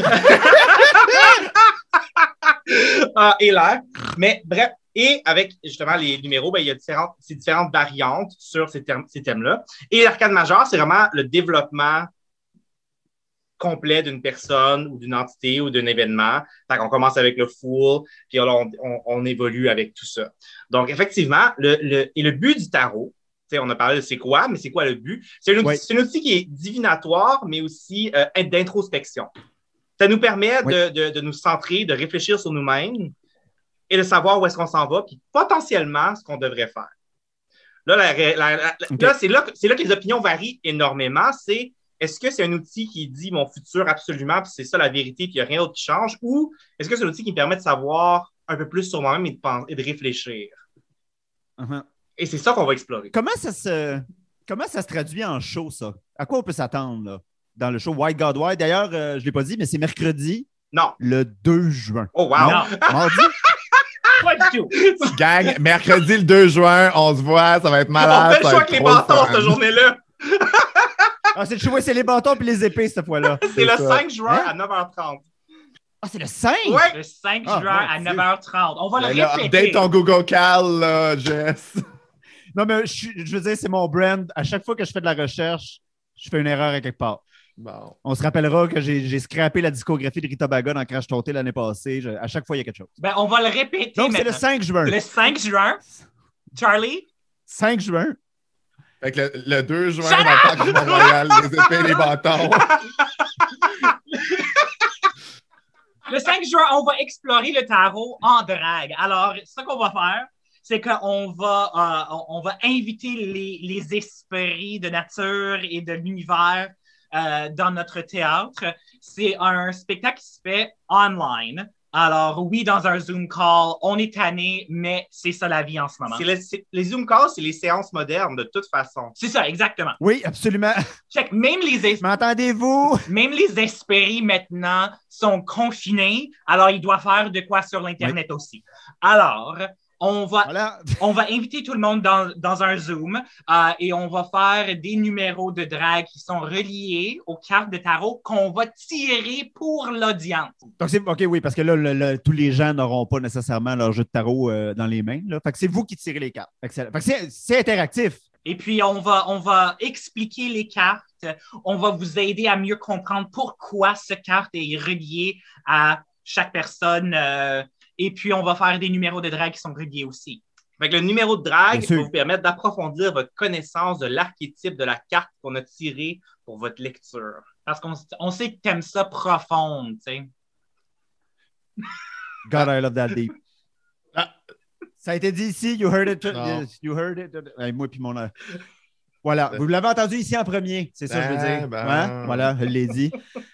D: ah, et l'air. Mais bref, et avec justement les numéros, ben, il y a différentes, ces différentes variantes sur ces, termes, ces thèmes-là. Et l'arcade majeur, c'est vraiment le développement complet d'une personne ou d'une entité ou d'un événement. Fait qu'on commence avec le full, puis on, on, on évolue avec tout ça. Donc, effectivement, le, le, et le but du tarot, t'sais, on a parlé de c'est quoi, mais c'est quoi le but? C'est un outil,
B: oui.
D: c'est un outil qui est divinatoire, mais aussi euh, d'introspection. Ça nous permet
B: oui.
D: de, de, de nous centrer, de réfléchir sur nous-mêmes et de savoir où est-ce qu'on s'en va, puis potentiellement ce qu'on devrait faire. Là, la, la, la, okay. là, c'est là, c'est là que les opinions varient énormément. C'est est-ce que c'est un outil qui dit mon futur absolument, puis c'est ça la vérité, puis il n'y a rien d'autre qui change, ou est-ce que c'est un outil qui me permet de savoir un peu plus sur moi-même et de, penser, et de réfléchir?
B: Uh-huh.
D: Et c'est ça qu'on va explorer.
B: Comment ça se, comment ça se traduit en show, ça? À quoi on peut s'attendre, là, dans le show Why God Why? D'ailleurs, euh, je ne l'ai pas dit, mais c'est mercredi.
D: Non.
B: Le deux juin.
D: Oh, wow!
B: Non. Mardi?
C: Pas du tout.
A: Gang, mercredi le deux juin, on se voit, ça va être malade.
D: On fait le choix avec les bâtons cette journée-là.
B: Ah, c'est le choix, c'est les bâtons puis les épées cette fois-là.
D: C'est, c'est le ça. cinq juin hein? à neuf heures trente.
B: Ah, c'est le cinq?
D: Ouais.
C: Le cinq
B: Ah,
C: juin
B: mon
C: à
B: Dieu.
C: neuf heures trente. On va
A: Ben
C: le
A: là,
C: répéter.
A: update ton Google Cal, là, Jess.
B: Non, mais je, suis- je veux dire, c'est mon brand. À chaque fois que je fais de la recherche, je fais une erreur à quelque part.
A: Bon.
B: On se rappellera que j'ai, j'ai scrappé la discographie de Rita Baga dans Crash Tonté l'année passée. Je- à chaque fois, il y a quelque chose.
C: Ben, on va le répéter
B: Donc, c'est le
C: maintenant.
B: cinq juin.
C: Le cinq juin. Charlie?
B: cinq juin.
A: Fait que le, le deux juin,
C: Shut
A: dans le parc du Mont-Royal, les épées et les bâtons.
C: Le cinq juin, on va explorer le tarot en drague. Alors, ce qu'on va faire, c'est qu'on va, euh, on, on va inviter les, les esprits de nature et de l'univers euh, dans notre théâtre. C'est un spectacle qui se fait online. Alors, oui, dans un Zoom call, on est tanné, mais c'est ça la vie en ce moment.
D: C'est le- c'est- les Zoom calls, c'est les séances modernes, de toute façon.
C: C'est ça, exactement.
B: Oui, absolument.
C: Check, même les esprits.
B: M'entendez-vous?
C: Même les esprits maintenant sont confinés, alors ils doivent faire de quoi sur l'Internet oui. aussi. Alors, on va,
B: voilà.
C: on va inviter tout le monde dans, dans un Zoom euh, et on va faire des numéros de drague qui sont reliés aux cartes de tarot qu'on va tirer pour l'audience.
B: Donc, c'est, OK, oui, parce que là, le, le, tous les gens n'auront pas nécessairement leur jeu de tarot euh, dans les mains. Là. Fait que c'est vous qui tirez les cartes. Fait que c'est, fait que c'est, c'est interactif.
C: Et puis, on va, on va expliquer les cartes. On va vous aider à mieux comprendre pourquoi cette carte est reliée à chaque personne. Euh, et puis, on va faire des numéros de drague qui sont reliés aussi.
D: Fait que le numéro de drague va vous permettre d'approfondir votre connaissance de l'archétype de la carte qu'on a tirée pour votre lecture.
C: Parce qu'on on sait que tu aimes ça profonde, tu sais.
B: God, I love that deep. Ah. Ça a été dit ici, you heard it. No. You heard it. Hey, moi puis mon... Voilà, vous l'avez entendu ici en premier, c'est ça que je veux dire. Ben... Hein? Voilà, je l'ai dit.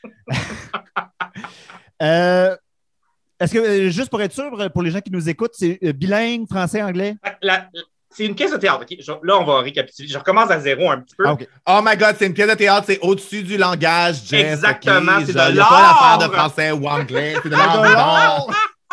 B: euh, est-ce que, juste pour être sûr, pour les gens qui nous écoutent, c'est bilingue, français, anglais?
D: La, la, c'est une pièce de théâtre. Okay? Je, là, on va récapituler. Je recommence à zéro un petit peu.
B: Ah, okay.
A: Oh my God, c'est une pièce de théâtre, c'est au-dessus du langage, Jess.
D: Exactement,
A: okay?
D: c'est
A: Genre,
D: de
A: l'art.
D: l'art.
A: Pas l'affaire de français ou anglais, c'est de l'art.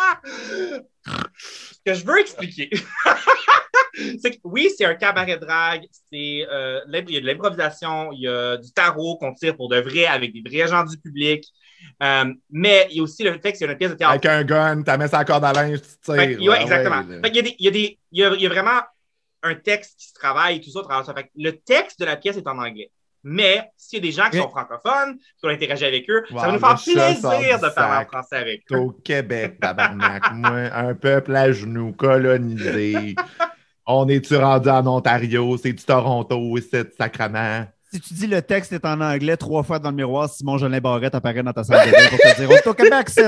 D: Ce que je veux expliquer, c'est que oui, c'est un cabaret drague, c'est, euh, il y a de l'improvisation, il y a du tarot qu'on tire pour de vrai avec des vrais gens du public, euh, mais il y a aussi le fait que c'est une pièce de théâtre.
A: Avec un gun, tu mets ça à corde à linge, tu tires.
D: Fait, ouais, exactement.
A: Ouais,
D: fait, il, y a des, il, y a des, il, y a, il y a vraiment un texte qui se travaille et tout ça. ça. Fait, le texte de la pièce est en anglais. Mais s'il y a des gens qui sont francophones, qui ont interagi avec eux, wow, ça va nous faire plaisir de parler en français avec eux.
A: Au Québec, tabarnak. Moi, un peuple à genoux, colonisé. On est-tu rendu en Ontario? C'est-tu Toronto? C'est sacrement?
B: Si tu dis le texte est en anglais trois fois dans le miroir, Simon Jolin Barrette apparaît dans ta salle de bain pour te dire « On est au Québec, c'est! »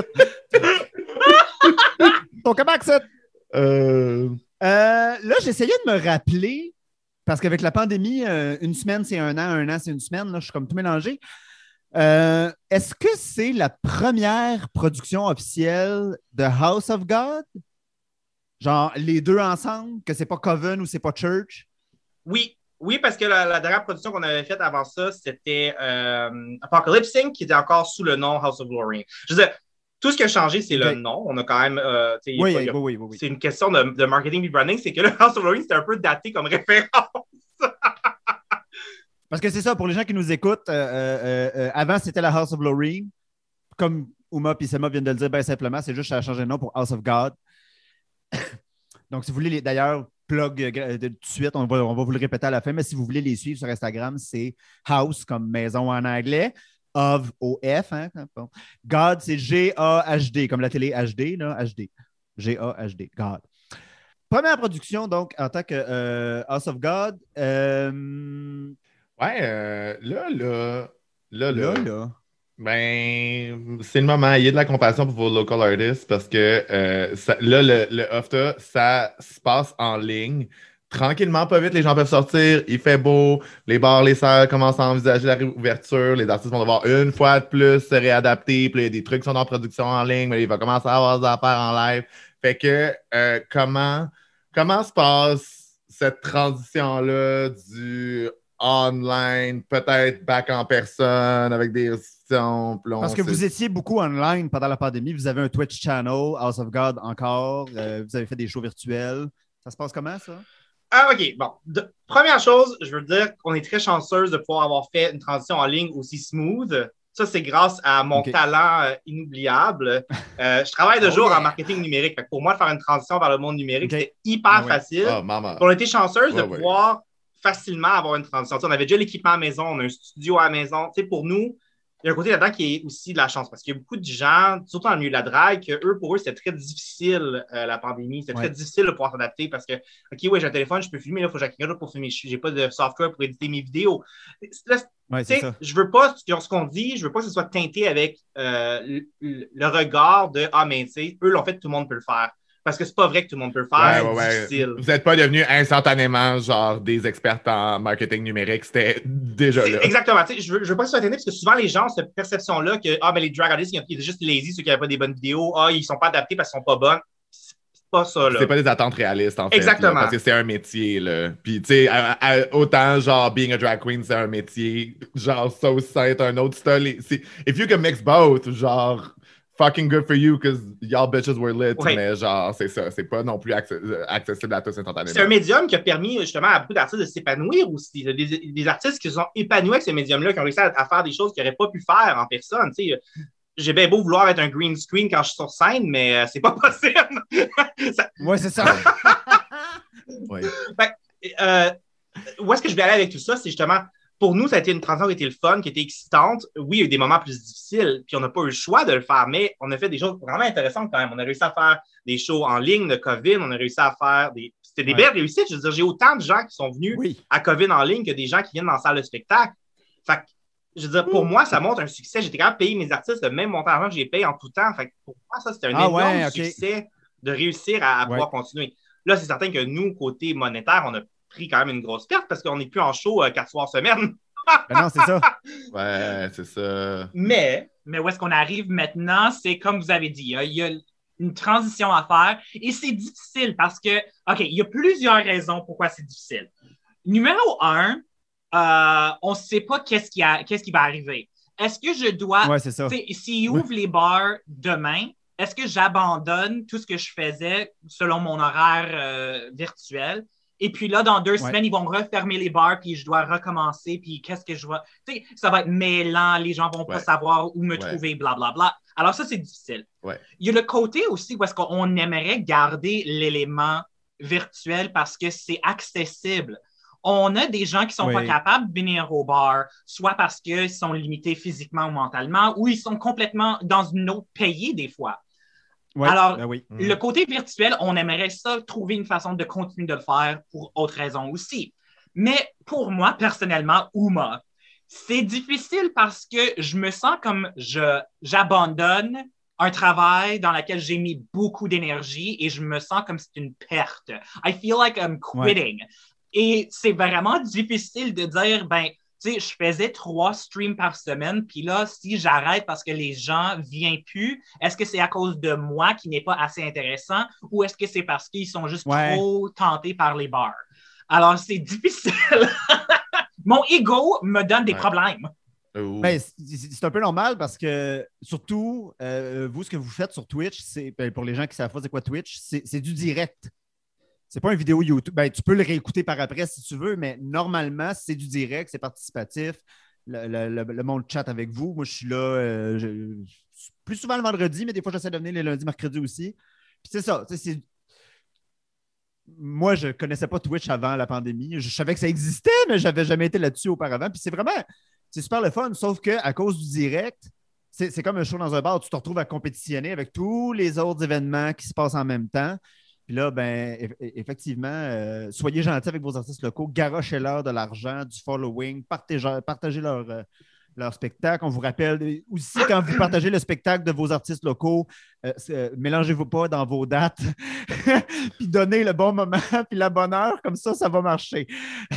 B: Au Québec, c'est!
A: Euh...
B: Euh, là, j'essayais de me rappeler, parce qu'avec la pandémie, euh, une semaine, c'est un an, un an, c'est une semaine. Là, je suis comme tout mélangé. Euh, est-ce que c'est la première production officielle de House of God? Genre, les deux ensemble, que c'est pas Coven ou c'est pas Church?
D: Oui, oui, parce que la, la dernière production qu'on avait faite avant ça, c'était euh, Apocalypse Inc, qui était encore sous le nom House of Glory. Je veux dire, tout ce qui a changé, c'est okay. le nom. On a quand même... Euh,
B: oui,
D: pas,
B: oui,
D: a,
B: oui, oui, oui.
D: C'est une question de, de marketing et branding. C'est que le House of Glory, c'était un peu daté comme référence.
B: Parce que c'est ça, pour les gens qui nous écoutent, euh, euh, euh, avant, c'était la House of Glory. Comme Uma et Selma viennent de le dire, bien simplement, c'est juste que ça a changé de nom pour House of God. Donc, si vous voulez, les, d'ailleurs, plug euh, de, tout de suite, on va, on va vous le répéter à la fin, mais si vous voulez les suivre sur Instagram, c'est House comme maison en anglais, of, O F, hein, God, c'est G A H D, comme la télé H D, là, H D. G A H D, God. Première production, donc, en tant que euh, House of God. Euh...
A: Ouais, euh, là, là, là, là,
B: là, là.
A: Ben, c'est le moment. Il y a de la compassion pour vos local artists parce que euh, ça, là, le, le O F T A, ça se passe en ligne. Tranquillement, pas vite, les gens peuvent sortir. Il fait beau. Les bars, les salles commencent à envisager la réouverture. Les artistes vont devoir une fois de plus se réadapter. Puis il y a des trucs qui sont en production en ligne, mais il va commencer à avoir des affaires en live. Fait que euh, comment, comment se passe cette transition-là du online, peut-être back en personne avec des restrictions?
B: Parce que vous étiez beaucoup online pendant la pandémie. Vous avez un Twitch channel, House of God encore. Euh, vous avez fait des shows virtuels. Ça se passe comment, ça?
D: Ah, OK. Bon. De, première chose, je veux dire qu'on est très chanceuse de pouvoir avoir fait une transition en ligne aussi smooth. Ça, c'est grâce à mon okay. talent euh, inoubliable. Euh, je travaille de oh jour yeah. en marketing numérique. Fait que pour moi, de faire une transition vers le monde numérique, okay. c'était hyper ah, facile. Ouais. Oh, on a été chanceuse ouais, de ouais. pouvoir facilement avoir une transition. T'sais, on avait déjà l'équipement à la maison, on a un studio à la maison. T'sais, pour nous, il y a un côté là-dedans qui est aussi de la chance parce qu'il y a beaucoup de gens, surtout dans le milieu de la drague, que eux, pour eux, c'était très difficile, euh, la pandémie. C'était ouais. très difficile de pouvoir s'adapter parce que, OK, ouais, j'ai un téléphone, je peux filmer, là, il faut que j'ai quelqu'un d'autre pour filmer. J'ai pas de software pour éditer mes vidéos. Là, ouais, je veux pas, ce qu'on dit, je veux pas que ce soit teinté avec euh, le, le regard de Ah, mais tu sais, eux l'ont fait, tout le monde peut le faire. Parce que c'est pas vrai que tout le monde peut le faire. Ouais, ouais, difficile.
A: Vous n'êtes pas devenus instantanément genre des experts en marketing numérique. C'était déjà c'est, là.
D: Exactement. Je veux, je veux pas que ce soit teinté parce que souvent les gens ont cette perception-là que ah, ben, les drag artists, ils sont juste lazy, ceux qui n'avaient pas des bonnes vidéos. Ah, ils sont pas adaptés parce qu'ils sont pas bonnes. C'est pas ça, là.
A: C'est pas des attentes réalistes, en fait.
D: Exactement.
A: Là, parce que c'est un métier, là. Puis, tu sais, autant genre being a drag queen, c'est un métier. Genre, ça aussi, ça va être un autre style. If you can mix both, genre. Fucking good for you, because y'all bitches were lit, oui. mais genre, c'est ça. C'est pas non plus access- accessible à tous instantanément.
D: C'est un médium qui a permis justement à beaucoup d'artistes de s'épanouir aussi. Des, des artistes qui se sont épanouis avec ce médium-là, qui ont réussi à, à faire des choses qu'ils n'auraient pas pu faire en personne. Tu sais, j'ai bien beau vouloir être un green screen quand je suis sur scène, mais euh, c'est pas possible.
B: ça... Oui, c'est ça.
A: oui.
D: Fait, euh, où est-ce que je vais aller avec tout ça? C'est justement. Pour nous, ça a été une transition qui était le fun, qui était excitante. Oui, il y a eu des moments plus difficiles, puis on n'a pas eu le choix de le faire, mais on a fait des choses vraiment intéressantes quand même. On a réussi à faire des shows en ligne de COVID, on a réussi à faire des... C'était des ouais. belles réussites. Je veux dire, j'ai autant de gens qui sont venus oui. à COVID en ligne que des gens qui viennent dans la salle de spectacle. Fait que, je veux dire, pour mmh. moi, ça montre un succès. J'étais capable de payer mes artistes le même montant d'argent que j'ai payé en tout temps. Fait que pour moi, ça, c'était un ah, énorme ouais, okay. succès de réussir à, à ouais. pouvoir continuer. Là, c'est certain que nous, côté monétaire, on a pris quand même une grosse perte parce qu'on n'est plus en show euh, quatre soirs semaine.
B: Ben non, c'est ça.
A: Ouais, c'est ça.
C: Mais, mais où est-ce qu'on arrive maintenant, c'est comme vous avez dit, il y a une transition à faire et c'est difficile parce que, OK, il y a plusieurs raisons pourquoi c'est difficile. Numéro un, euh, on ne sait pas qu'est-ce qui, a, qu'est-ce qui va arriver. Est-ce que je dois...
B: Ouais, c'est ça.
C: S'ils ouvrent oui. les bars demain, est-ce que j'abandonne tout ce que je faisais selon mon horaire euh, virtuel? Et puis là, dans deux ouais. semaines, ils vont refermer les bars, puis je dois recommencer, puis qu'est-ce que je vais... Tu sais, ça va être mêlant, les gens vont ouais. pas savoir où me ouais. trouver, blablabla. Bla, bla. Alors ça, c'est difficile.
A: Ouais.
C: Il y a le côté aussi où est-ce qu'on aimerait garder l'élément virtuel parce que c'est accessible. On a des gens qui sont oui. pas capables de venir au bar, soit parce qu'ils sont limités physiquement ou mentalement, ou ils sont complètement dans une autre pays des fois.
B: Ouais,
C: Alors,
B: ben oui.
C: le côté virtuel, on aimerait ça, trouver une façon de continuer de le faire pour autre raison aussi. Mais pour moi, personnellement, Uma, c'est difficile parce que je me sens comme je, j'abandonne un travail dans lequel j'ai mis beaucoup d'énergie et je me sens comme c'est une perte. I feel like I'm quitting. Ouais. Et c'est vraiment difficile de dire, ben, tu sais, je faisais trois streams par semaine, puis là, si j'arrête parce que les gens ne viennent plus, est-ce que c'est à cause de moi qui n'est pas assez intéressant ou est-ce que c'est parce qu'ils sont juste ouais. trop tentés par les bars? Alors, c'est difficile. Mon ego me donne des ouais. problèmes.
B: Ben, c'est, c'est un peu normal parce que, surtout, euh, vous, ce que vous faites sur Twitch, c'est, ben, pour les gens qui ne savent pas c'est quoi Twitch, c'est, c'est du direct. C'est pas une vidéo YouTube. Ben, tu peux le réécouter par après si tu veux, mais normalement, c'est du direct, c'est participatif. Le, le, le monde chatte avec vous. Moi, je suis là euh, je, plus souvent le vendredi, mais des fois, j'essaie de venir les lundis, mercredis aussi. Puis c'est ça. C'est... Moi, je ne connaissais pas Twitch avant la pandémie. Je savais que ça existait, mais je n'avais jamais été là-dessus auparavant. Puis c'est vraiment... C'est super le fun, sauf qu'à cause du direct, c'est, c'est comme un show dans un bar. Tu te retrouves à compétitionner avec tous les autres événements qui se passent en même temps. Puis là, ben, eff- effectivement, euh, soyez gentils avec vos artistes locaux, garochez-leur de l'argent, du following, partagez, partagez leur, euh, leur spectacle. On vous rappelle aussi, quand vous partagez le spectacle de vos artistes locaux, euh, euh, mélangez-vous pas dans vos dates, puis donnez le bon moment, puis la bonne heure, comme ça, ça va marcher.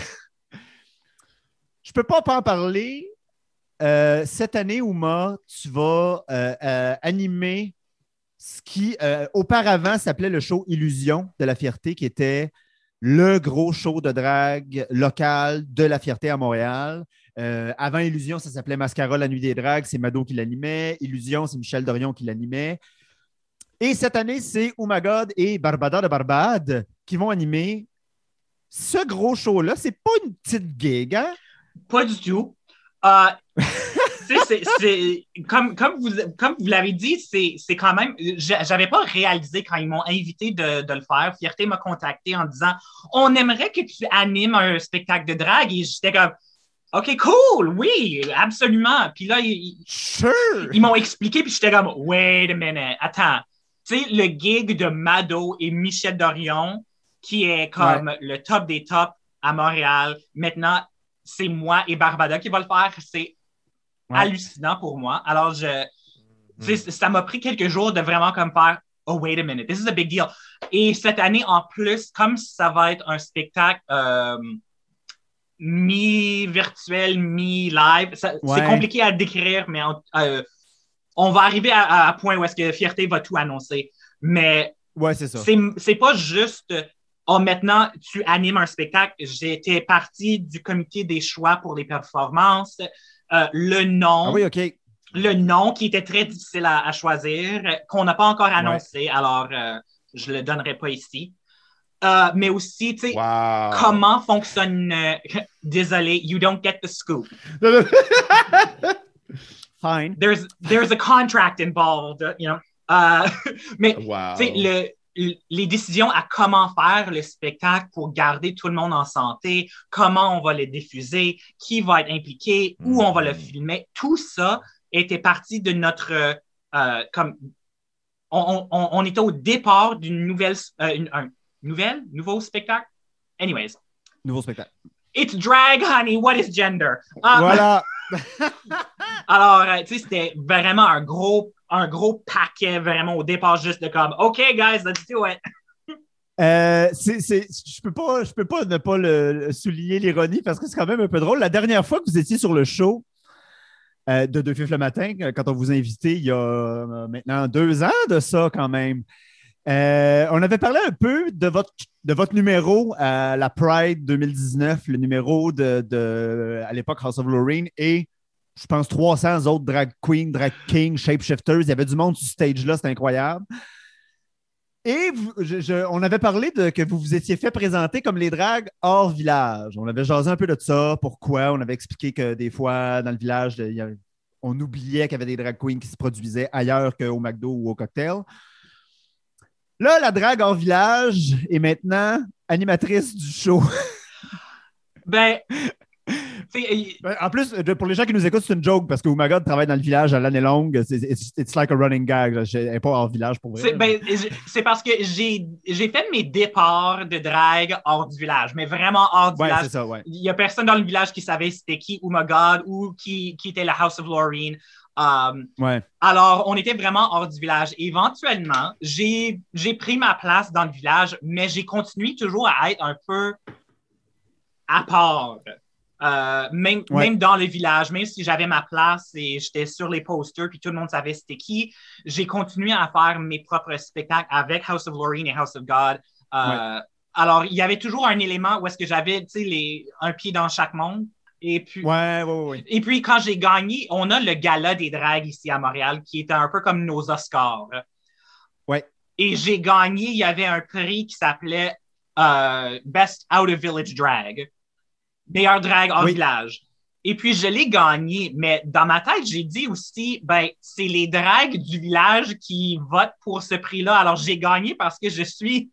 B: Je peux pas pas en parler. Euh, cette année, Uma, tu vas euh, euh, animer ce qui, euh, auparavant, s'appelait le show Illusion de la Fierté, qui était le gros show de drague local de la Fierté à Montréal. Euh, avant Illusion, ça s'appelait Mascara, la nuit des dragues. C'est Mado qui l'animait. Illusion, c'est Michel Dorion qui l'animait. Et cette année, c'est Oh My God et Barbada de Barbade qui vont animer ce gros show-là. C'est pas une petite gig, hein?
C: Pas du tout. Euh, tu sais, c'est, c'est, comme, comme vous, comme vous l'avez dit, c'est, c'est quand même, j'avais pas réalisé quand ils m'ont invité de, de le faire. Fierté m'a contacté en disant, on aimerait que tu animes un spectacle de drague. Et j'étais comme, OK, cool, oui, absolument. Puis là, ils,
B: sure.
C: ils m'ont expliqué, puis j'étais comme, wait a minute, attends. Tu sais, le gig de Mado et Michel Dorion, qui est comme ouais. le top des tops à Montréal. Maintenant, c'est moi et Barbada qui va le faire. C'est ouais. hallucinant pour moi. Alors, je, mm. ça m'a pris quelques jours de vraiment comme faire « Oh, wait a minute, this is a big deal ». Et cette année, en plus, comme ça va être un spectacle euh, mi-virtuel, mi-live, ça, ouais. c'est compliqué à décrire, mais euh, on va arriver à un point où est-ce que Fierté va tout annoncer. Mais
B: ouais, c'est ça.
C: C'est, c'est pas juste... Oh, maintenant, tu animes un spectacle. J'étais partie du comité des choix pour les performances. Euh, le nom.
B: Ah oui, OK.
C: Le nom qui était très difficile à, à choisir, qu'on n'a pas encore annoncé, ouais. alors euh, je ne le donnerai pas ici. Euh, mais aussi, tu sais, wow. comment fonctionne. Euh, désolé, you don't get the scoop.
B: Fine.
C: There's, there's a contract involved, you know. Euh, mais, wow. tu sais, le. les décisions à comment faire le spectacle pour garder tout le monde en santé, comment on va le diffuser, qui va être impliqué, mm-hmm. où on va le filmer, tout ça était parti de notre... Euh, comme on, on, on était au départ d'une nouvelle... Euh, une, un nouvelle? Nouveau spectacle? Anyways.
B: Nouveau spectacle.
C: It's drag, honey. What is gender? Uh,
B: voilà.
C: Alors, euh, tu sais, c'était vraiment un gros... un gros paquet vraiment au départ, juste de comme « OK, guys, let's do it! »
B: euh, c'est, c'est, Je peux pas, je peux pas ne pas le, le souligner l'ironie parce que c'est quand même un peu drôle. La dernière fois que vous étiez sur le show euh, de Deux Fifs le matin, quand on vous a invité il y a euh, maintenant deux ans de ça quand même, euh, on avait parlé un peu de votre, de votre numéro à la Pride deux mille dix-neuf, le numéro de, de à l'époque House of Lorraine et je pense trois cents autres drag queens, drag kings, shapeshifters. Il y avait du monde sur ce stage-là, c'était incroyable. Et vous, je, je, on avait parlé de que vous vous étiez fait présenter comme les drags hors village. On avait jasé un peu de ça, pourquoi. On avait expliqué que des fois, dans le village, il y avait, on oubliait qu'il y avait des drag queens qui se produisaient ailleurs qu'au McDo ou au cocktail. Là, la drague hors village est maintenant animatrice du show.
C: Ben...
B: En plus, pour les gens qui nous écoutent, c'est une joke parce que Oh My God travaille dans le village à l'année longue. C'est, it's, it's like a running gag. Elle n'est pas hors village pour vrai.
C: C'est, ben, c'est parce que j'ai, j'ai fait mes départs de drague hors du village, mais vraiment hors du
B: ouais,
C: village.
B: C'est ça, ouais.
C: Il n'y a personne dans le village qui savait c'était qui Oh My God ou qui, qui était la House of Lorraine. Um,
B: ouais.
C: Alors, on était vraiment hors du village. Éventuellement, j'ai, j'ai pris ma place dans le village, mais j'ai continué toujours à être un peu à part. Euh, même, ouais. même dans le village, même si j'avais ma place et j'étais sur les posters puis tout le monde savait c'était qui, j'ai continué à faire mes propres spectacles avec House of Lorraine et House of God. Euh, ouais. Alors, il y avait toujours un élément où est-ce que j'avais les, un pied dans chaque monde. Et puis,
B: ouais, ouais, ouais.
C: et puis, quand j'ai gagné, on a le gala des dragues ici à Montréal qui était un peu comme nos Oscars.
B: Ouais.
C: Et j'ai gagné, il y avait un prix qui s'appelait euh, Best Out of Village Drag. Meilleur drag hors oui. village. Et puis, je l'ai gagné, mais dans ma tête, j'ai dit aussi, ben, c'est les drags du village qui votent pour ce prix-là. Alors, j'ai gagné parce que je suis,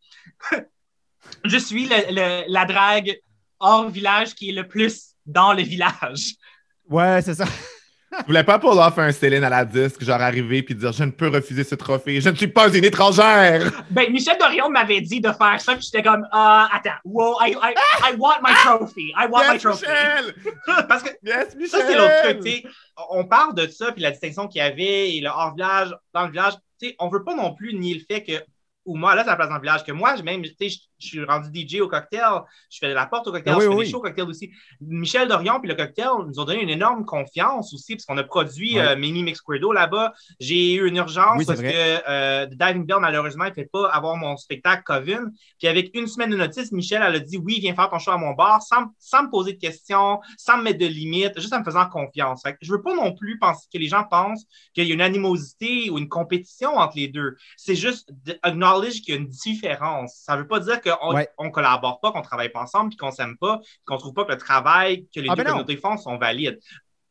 C: je suis le, le, la drague hors village qui est le plus dans le village.
B: Ouais, c'est ça.
A: Je voulais pas pour faire un Céline à la disque, genre arriver puis dire « Je ne peux refuser ce trophée, je ne suis pas une étrangère! »
C: Ben, Michel Dorion m'avait dit de faire ça, puis j'étais comme « Uh, attends, wow, I, I, I want my trophy, I want
A: yes,
C: my trophy! »
D: Parce que
A: yes,
D: ça, c'est l'autre truc, tu sais. On parle de ça, puis la distinction qu'il y avait, et le hors-village, dans le village, tu sais, on veut pas non plus nier le fait que ou moi, là, c'est la place dans le village, que moi, même, tu sais, je suis rendu D J au cocktail, je fais de la porte au cocktail, ah, oui, je fais oui. des shows au cocktail aussi. Michel Dorion puis le cocktail nous ont donné une énorme confiance aussi, parce qu'on a produit ouais. euh, Mini Mix Queerdo là-bas. J'ai eu une urgence oui, parce vrai. que euh, Diving Bell, malheureusement, il ne fait pas avoir mon spectacle Covin. Puis avec une semaine de notice, Michel, elle a dit oui, viens faire ton show à mon bar, sans, sans me poser de questions, sans me mettre de limites, juste en me faisant confiance. Fait que je ne veux pas non plus penser que les gens pensent qu'il y a une animosité ou une compétition entre les deux. C'est juste acknowledge qu'il y a une différence. Ça ne veut pas dire qu'on ouais. ne collabore pas, qu'on ne travaille pas ensemble, puis qu'on ne s'aime pas, qu'on ne trouve pas que le travail que les ah deux ben communautés font sont valides.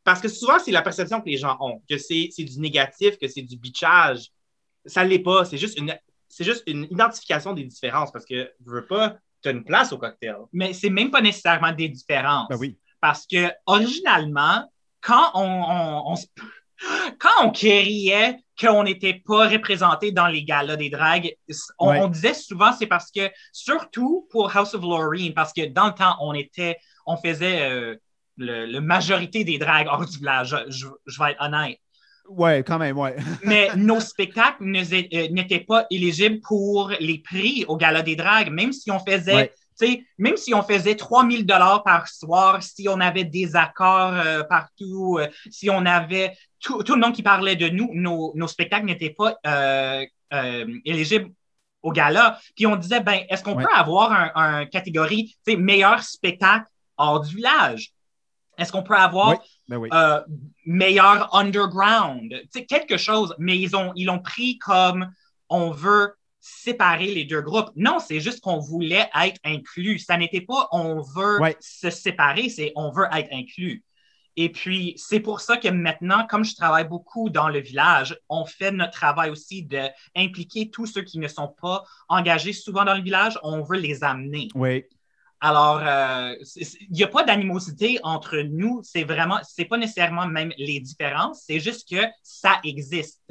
D: Parce que souvent, c'est la perception que les gens ont, que c'est, c'est du négatif, que c'est du bitchage. Ça ne l'est pas. C'est juste une, c'est juste une identification des différences parce que je veux pas, tu as une place au cocktail.
C: Mais c'est même pas nécessairement des différences.
B: Ben oui.
C: Parce que, originalement, quand on, on, on, quand on criait qu'on n'était pas représenté dans les galas des dragues, on, ouais. on disait souvent c'est parce que, surtout pour House of Lorraine, parce que dans le temps, on était, on faisait euh, le, le majorité des dragues hors du village, je, je vais être honnête.
B: Ouais, quand même, ouais.
C: Mais nos spectacles euh, n'étaient pas éligibles pour les prix au gala des dragues, même si on faisait... Ouais. T'sais, même si on faisait trois mille dollars par soir, si on avait des accords euh, partout, euh, si on avait tout, tout le monde qui parlait de nous, nos, nos spectacles n'étaient pas euh, euh, éligibles au gala. Puis on disait, ben, est-ce qu'on ouais. peut avoir un, un catégorie, meilleur spectacle hors du village? Est-ce qu'on peut avoir oui. Ben oui. euh, meilleur underground? T'sais, quelque chose, mais ils ont, ils l'ont pris comme on veut séparer les deux groupes. Non, c'est juste qu'on voulait être inclus. Ça n'était pas on veut ouais. se séparer, c'est on veut être inclus. Et puis, c'est pour ça que maintenant, comme je travaille beaucoup dans le village, on fait notre travail aussi d'impliquer tous ceux qui ne sont pas engagés souvent dans le village, on veut les amener.
B: Oui.
C: Alors, il euh, n'y a pas d'animosité entre nous, c'est vraiment, c'est pas nécessairement même les différences, c'est juste que ça existe.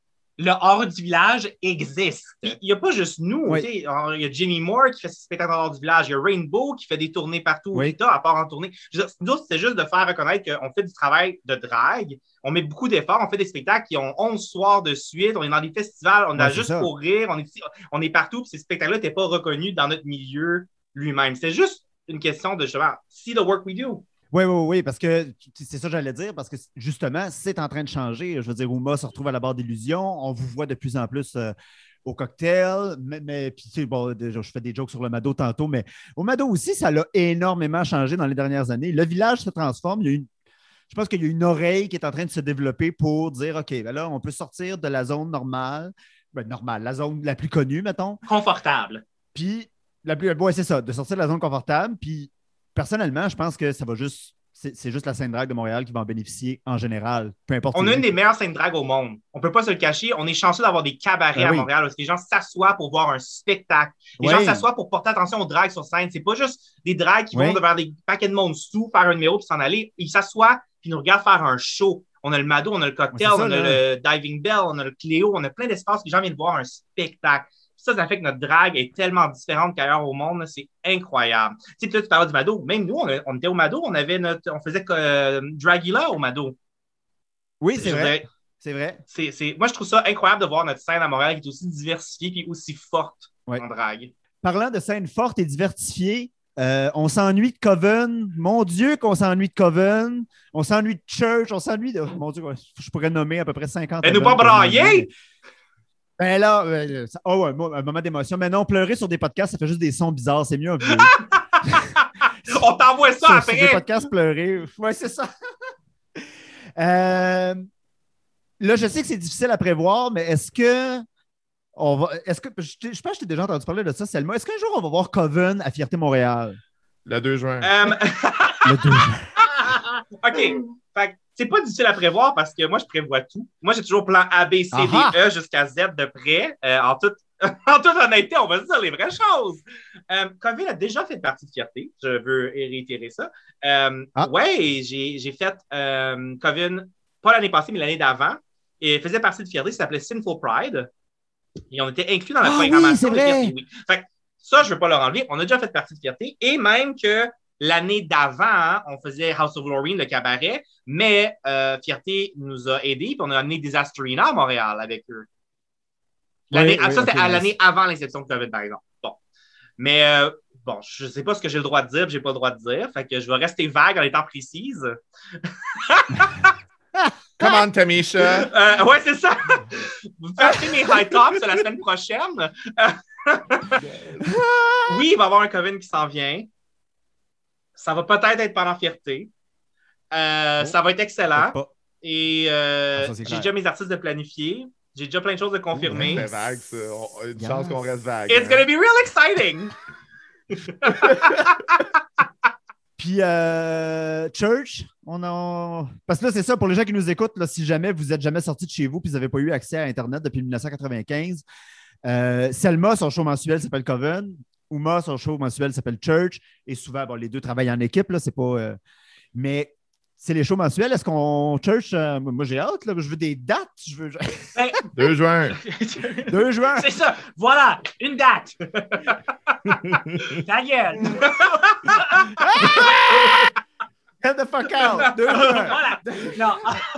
C: Le hors du village existe.
D: Il n'y a pas juste nous. Il oui. y a Jimmy Moore qui fait ses spectacles hors du village. Il y a Rainbow qui fait des tournées partout oui. au État, à part en tournée. Nous, c'est juste de faire reconnaître qu'on fait du travail de drague. On met beaucoup d'efforts. On fait des spectacles qui ont onze soirs de suite. On est dans des festivals. On ouais, a juste ça. Pour rire. On est, on est partout. Puis ces spectacles-là n'étaient pas reconnus dans notre milieu lui-même. C'est juste une question de justement, see the work we do.
B: Oui, oui, oui, parce que c'est ça que j'allais dire, parce que justement, c'est en train de changer. Je veux dire, Uma se retrouve à la barre d'Illusion. On vous voit de plus en plus euh, au cocktail. Mais, mais puis, tu sais, bon, je fais des jokes sur le Mado tantôt, mais au Mado aussi, ça l'a énormément changé dans les dernières années. Le village se transforme. Il y a une, je pense qu'il y a une oreille qui est en train de se développer pour dire, OK, ben là, on peut sortir de la zone normale, ben, normale, la zone la plus connue, mettons.
C: Confortable.
B: Puis, la plus, ouais, c'est ça, de sortir de la zone confortable, puis personnellement, je pense que ça va juste. C'est, c'est juste la scène drague de Montréal qui va en bénéficier en général, peu importe.
D: On a une des meilleures scènes drague au monde. On ne peut pas se le cacher. On est chanceux d'avoir des cabarets ben à oui. Montréal parce que les gens s'assoient pour voir un spectacle. Les oui. gens s'assoient pour porter attention aux dragues sur scène. C'est pas juste des dragues qui oui. vont devant des paquets de monde sous, faire un numéro puis s'en aller. Ils s'assoient puis nous regardent faire un show. On a le Mado, on a le cocktail, ouais, ça, on a là. le Diving Bell, on a le Cléo. On a plein d'espaces où les gens viennent voir un spectacle. Ça, ça fait que notre drague est tellement différente qu'ailleurs au monde. Là, c'est incroyable. Tu sais, là, tu parlais du Mado. Même nous, on, a, on était au Mado, on avait notre, on faisait euh, Dragula au Mado.
B: Oui, c'est, c'est vrai. Dirais, c'est vrai.
D: C'est, c'est, moi, je trouve ça incroyable de voir notre scène à Montréal qui est aussi diversifiée et aussi forte ouais. en drague.
B: Parlant de scène forte et diversifiée, euh, on s'ennuie de Coven. Mon Dieu, qu'on s'ennuie de Coven. On s'ennuie de Church. On s'ennuie de. Mon Dieu, je pourrais nommer à peu près cinquante.
D: Elle nous pas brailler!
B: Ben là, euh, oh ouais, un moment d'émotion. Mais non, pleurer sur des podcasts, ça fait juste des sons bizarres. C'est mieux un vieux.
D: On t'envoie ça
B: sur,
D: après.
B: Sur des podcasts, pleurer. Ouais, c'est ça. euh, là, je sais que c'est difficile à prévoir, mais est-ce que on va. Est-ce que. Je, je pense que je t'ai déjà entendu parler de ça, Selma. Est-ce qu'un jour on va voir Coven à Fierté Montréal?
A: Le deux juin.
D: Um...
B: Le deux juin.
D: OK. Fait c'est pas difficile à prévoir parce que moi, je prévois tout. Moi, j'ai toujours plan A, B, C, D, E jusqu'à Z de près. Euh, en, toute... en toute honnêteté, on va se dire les vraies choses. Euh, Coven a déjà fait partie de Fierté. Je veux réitérer ça. Euh, ah. Oui, j'ai, j'ai fait euh, Coven, pas l'année passée, mais l'année d'avant. Et il faisait partie de Fierté. Ça s'appelait Sinful Pride. Et on était inclus dans la
B: ah,
D: programmation
B: oui,
D: de Fierté. Oui. Fait que ça, je ne veux pas leur enlever. On a déjà fait partie de Fierté. Et même que l'année d'avant, hein, on faisait House of Lorraine, le cabaret, mais euh, Fierté nous a aidés, puis on a amené Disasterina à Montréal avec eux. L'année, oui, oui, ça, okay, c'est à l'année avant l'inception de COVID, par exemple. Bon. Mais euh, bon, je ne sais pas ce que j'ai le droit de dire, puis je n'ai pas le droit de dire. Fait que je vais rester vague en étant précise.
A: Come on, Tamisha.
D: Euh, ouais, c'est ça. Vous pouvez acheter mes high tops la semaine prochaine. Oui, il va y avoir un Coven qui s'en vient. Ça va peut-être être pendant Fierté. Euh, oh, ça va être excellent. Et euh, ah, ça, j'ai déjà mes artistes de planifier. J'ai déjà plein de choses de confirmer.
A: C'est vague, ça. On, une yes. chance qu'on reste vague.
D: It's hein. gonna be real exciting!
B: Puis, euh, Church, On a... Parce que là, c'est ça, pour les gens qui nous écoutent, là, si jamais vous n'êtes jamais sorti de chez vous et vous n'avez pas eu accès à Internet depuis dix-neuf cent quatre-vingt-quinze, euh, Selma, son show mensuel s'appelle Coven. Uma, son show mensuel s'appelle Church. Et souvent, bon, les deux travaillent en équipe, là, c'est pas... Euh... Mais c'est les shows mensuels. Est-ce qu'on... Church, euh... moi, j'ai hâte, là. Je veux des dates. Je veux...
C: Ben,
A: deux juin.
B: deux juin.
C: C'est ça. Voilà, une date. Ta gueule.
B: Get the fuck out! Deux juin.
C: Voilà. Non.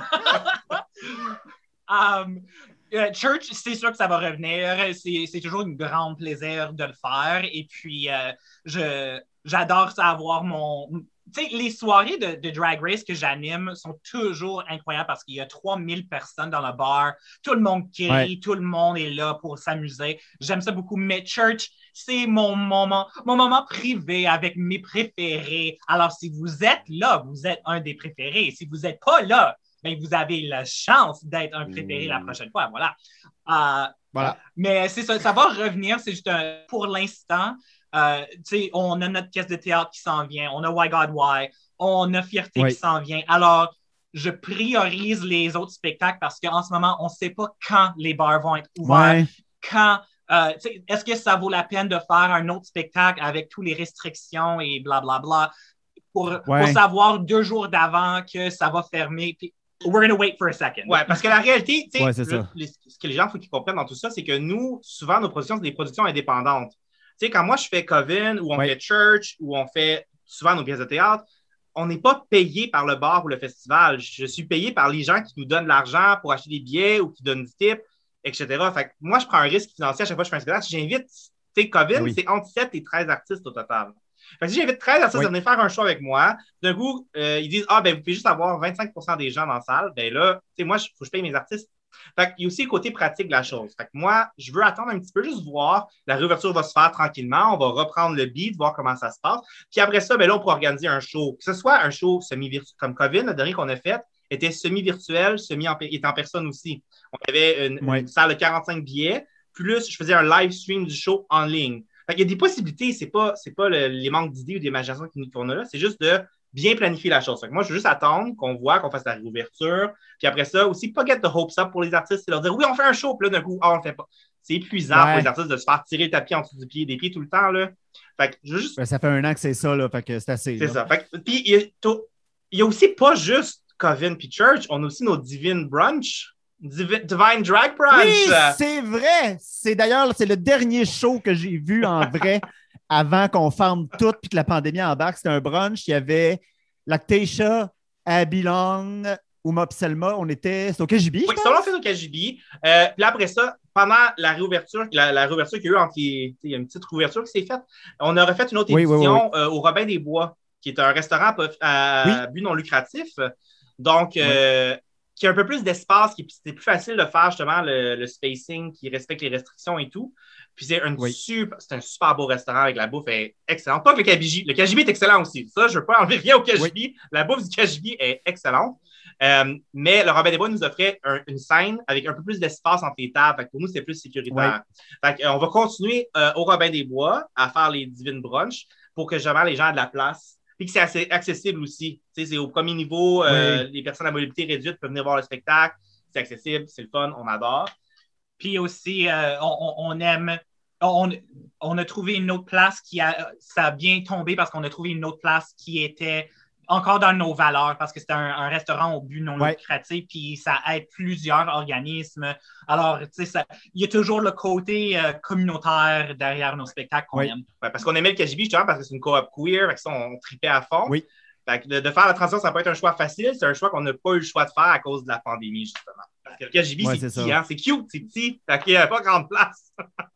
C: um, uh, Church, c'est sûr que ça va revenir. C'est, c'est toujours un grand plaisir de le faire. Et puis, euh, je, j'adore savoir mon... Tu sais, les soirées de, de Drag Race que j'anime sont toujours incroyables parce qu'il y a trois mille personnes dans le bar. Tout le monde crie, ouais. Tout le monde est là pour s'amuser. J'aime ça beaucoup. Mais Church, c'est mon moment, mon moment privé avec mes préférés. Alors, si vous êtes là, vous êtes un des préférés. Si vous n'êtes pas là, bien, vous avez la chance d'être un préféré mmh. la prochaine fois. Voilà. Euh, voilà. Mais c'est ça, ça va revenir. C'est juste un, pour l'instant. Euh, on a notre pièce de théâtre qui s'en vient, on a Why God Why, on a Fierté oui. qui s'en vient. Alors, je priorise les autres spectacles parce qu'en ce moment, on ne sait pas quand les bars vont être ouverts. Ouais. Quand, euh, est-ce que ça vaut la peine de faire un autre spectacle avec toutes les restrictions et blablabla bla, bla, pour, ouais. pour savoir deux jours d'avant que ça va fermer. Puis, we're going to wait for a second.
D: Ouais, parce que la réalité,
B: ouais,
D: le, le, ce que les gens faut qu'ils comprennent dans tout ça, c'est que nous, souvent, nos productions, c'est des productions indépendantes. Tu sais, quand moi, je fais Coven, ou on ouais. fait Church, ou on fait souvent nos pièces de théâtre, on n'est pas payé par le bar ou le festival. Je suis payé par les gens qui nous donnent de l'argent pour acheter des billets ou qui donnent du tip, et cetera. Fait que moi, je prends un risque financier à chaque fois que je fais un spectacle. J'invite, tu sais, Coven, oui. c'est entre sept et treize artistes au total. Fait que si j'invite treize artistes oui. à venir faire un show avec moi, d'un coup, euh, ils disent « Ah, ben vous pouvez juste avoir vingt-cinq pour cent des gens dans la salle. » Ben là, tu sais, moi, il faut que je paye mes artistes. Fait qu'il y a aussi le côté pratique de la chose. Fait que moi, je veux attendre un petit peu, juste voir. La réouverture va se faire tranquillement. On va reprendre le beat, voir comment ça se passe. Puis après ça, ben là, on pourra organiser un show. Que ce soit un show semi-virtuel, comme Covid, le dernier qu'on a fait, était semi-virtuel, semi en, était en personne aussi. On avait une, ouais. une salle de quarante-cinq billets, plus je faisais un live stream du show en ligne. Fait qu'il y a des possibilités. C'est pas, c'est pas le, les manques d'idées ou d'imagination qu'on a là. C'est juste de bien planifier la chose. Fait que moi, je veux juste attendre qu'on voit, qu'on fasse la réouverture. Puis après ça, aussi, pas get the hopes up pour les artistes, c'est leur dire oui, on fait un show, puis là, d'un coup, ah, on le fait pas. C'est épuisant ouais. pour les artistes de se faire tirer le tapis en dessous du pied, des pieds tout le temps. Là. Fait que je veux juste...
B: ben, ça fait un an que c'est ça, là. Fait que c'est assez.
D: C'est
B: là.
D: ça. Fait que, puis il y, il y a aussi pas juste Coven puis Church, on a aussi nos Divine Brunch. Divi- Divine Drag Brunch.
B: Oui, c'est vrai. C'est d'ailleurs, c'est le dernier show que j'ai vu en vrai avant qu'on ferme tout puis que la pandémie embarque. C'était un brunch. Il y avait Lactatia, Abby Long, Uma et Selma. On était... C'était au K J B,
D: oui, ça, on fait au K J B. Euh, puis après ça, pendant la réouverture, la, la réouverture qu'il y a eu entre les... Il y a une petite réouverture qui s'est faite. On a refait une autre
B: oui,
D: édition
B: oui, oui, oui.
D: Euh, au Robin des Bois, qui est un restaurant à oui. but non lucratif. Donc... Euh, oui. qui a un peu plus d'espace, qui c'était plus facile de faire justement le, le spacing, qui respecte les restrictions et tout. Puis c'est, une oui. super, c'est un super beau restaurant avec la bouffe est excellente. Pas que le K J B. Le K J B est excellent aussi. Ça, je ne veux pas enlever rien au K J B. Oui. La bouffe du K J B est excellente. Euh, mais le Robin des Bois nous offrait un, une scène avec un peu plus d'espace entre les tables. Fait que pour nous, c'était plus sécuritaire. Oui. Fait que, euh, on va continuer euh, au Robin des Bois à faire les Divine Brunch pour que justement les gens aient de la place. Puis que c'est assez accessible aussi. Tu sais, c'est au premier niveau, euh, oui. les personnes à mobilité réduite peuvent venir voir le spectacle. C'est accessible, c'est le fun, on adore.
C: Puis aussi, euh, on, on aime... On, on a trouvé une autre place qui a... Ça a bien tombé parce qu'on a trouvé une autre place qui était encore dans nos valeurs parce que c'était un, un restaurant au but non ouais. lucratif puis ça aide plusieurs organismes. Alors, tu sais, il y a toujours le côté euh, communautaire derrière nos spectacles qu'on
B: oui.
C: aime.
D: Ouais, parce qu'on aimait le K J B justement parce que c'est une coop queer, avec ça, on tripait à fond.
B: Oui.
D: Fait que de, de faire la transition, ça peut être un choix facile, c'est un choix qu'on n'a pas eu le choix de faire à cause de la pandémie, justement. Parce que le K J B, ouais, c'est, c'est petit, hein? C'est cute, c'est petit, fait qu'il n'y a pas grande place.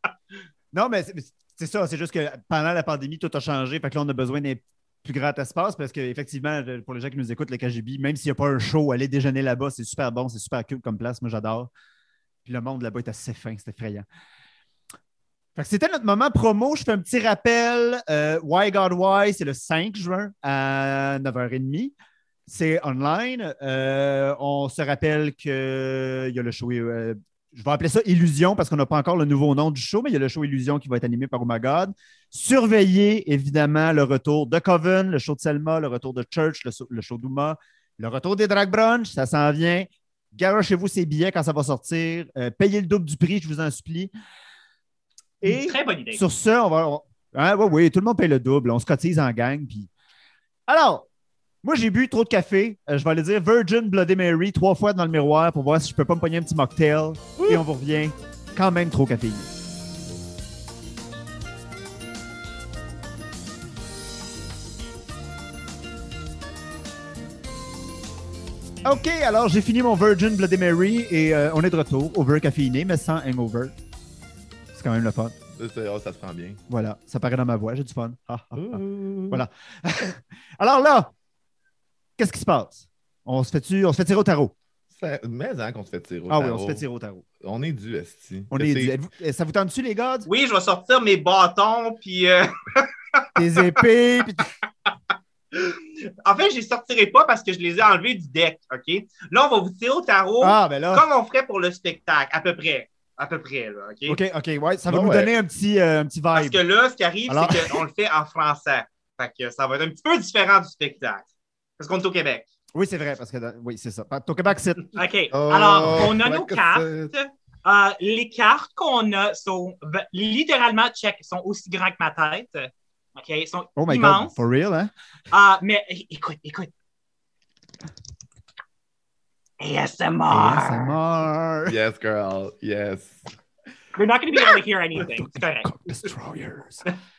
B: Non, mais c'est, c'est ça, c'est juste que pendant la pandémie, tout a changé, fait que là, on a besoin d'un plus grand espace parce qu'effectivement, pour les gens qui nous écoutent, le K J B, même s'il n'y a pas un show, aller déjeuner là-bas, c'est super bon, c'est super cool comme place, moi j'adore. Puis le monde là-bas est assez fin, c'est effrayant. Fait que c'était notre moment promo. Je fais un petit rappel. Euh, Why God Why, c'est le cinq juin à neuf heures trente. C'est online. Euh, on se rappelle qu'il y a le show. Euh, je vais appeler ça Illusion parce qu'on n'a pas encore le nouveau nom du show, mais il y a le show Illusion qui va être animé par Oh My God. Surveillez évidemment le retour de Coven, le show de Selma, le retour de Church, le, le show d'Uma, Le retour des Drag Brunch, ça s'en vient. Garochez-vous ces billets quand ça va sortir. Euh, payez le double du prix, je vous en supplie. Et
C: très bonne idée.
B: Sur ce, on va... On... Hein, oui, oui, tout le monde paye le double. On se cotise en gang. Puis... Alors, moi, j'ai bu trop de café. Euh, je vais aller dire Virgin Bloody Mary trois fois dans le miroir pour voir si je peux pas me pogner un petit mocktail. Ouh. Et on vous revient quand même trop caféiné. OK, alors j'ai fini mon Virgin Bloody Mary et euh, on est de retour, over caféiné, mais sans hangover. C'est quand même le fun.
A: Ça, ça se prend bien.
B: Voilà, ça paraît dans ma voix, j'ai du fun. Ah, ah, ah. Voilà. Alors là, qu'est-ce qui se passe? On se fait, on se fait tirer au tarot.
A: Ça, mais hein, qu'on se fait tirer au
B: ah,
A: tarot.
B: Ah oui, on se fait tirer au tarot.
A: On est dû, esti.
B: On est dû. Ça vous tente dessus, les gars?
D: Oui, je vais sortir mes bâtons, puis... Euh...
B: Tes épées, puis...
D: En fait, je les sortirai pas parce que je les ai enlevés du deck, OK? Là, on va vous tirer au tarot
B: ah, ben là...
D: comme on ferait pour le spectacle, à peu près. À peu près, là, OK?
B: OK, OK, ouais, ça va
A: oh,
B: nous
A: ouais.
B: donner un petit, euh, un petit vibe.
D: Parce que là, ce qui arrive,
B: Alors...
D: c'est qu'on le fait en français. Fait que ça va être un petit peu différent du spectacle. Parce qu'on est au Québec.
B: Oui, c'est vrai, parce que... Oui, c'est ça. Au Québec, c'est...
C: OK,
A: oh,
C: alors, on a nos cartes.
A: C'est...
C: Euh, les cartes qu'on a sont littéralement, check, sont aussi grands que ma tête. OK, ils sont
B: oh my
C: immenses.
B: God, for real, hein?
C: Uh, mais écoute, écoute. A S M R.
B: A S M R.
A: Yes, girl. Yes.
C: You're not going to be able to hear anything. It's correct.
B: Destroyers.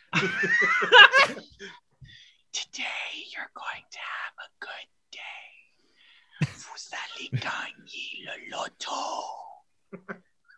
C: Today, you're going to have a good day. Vous allez gagner le loto.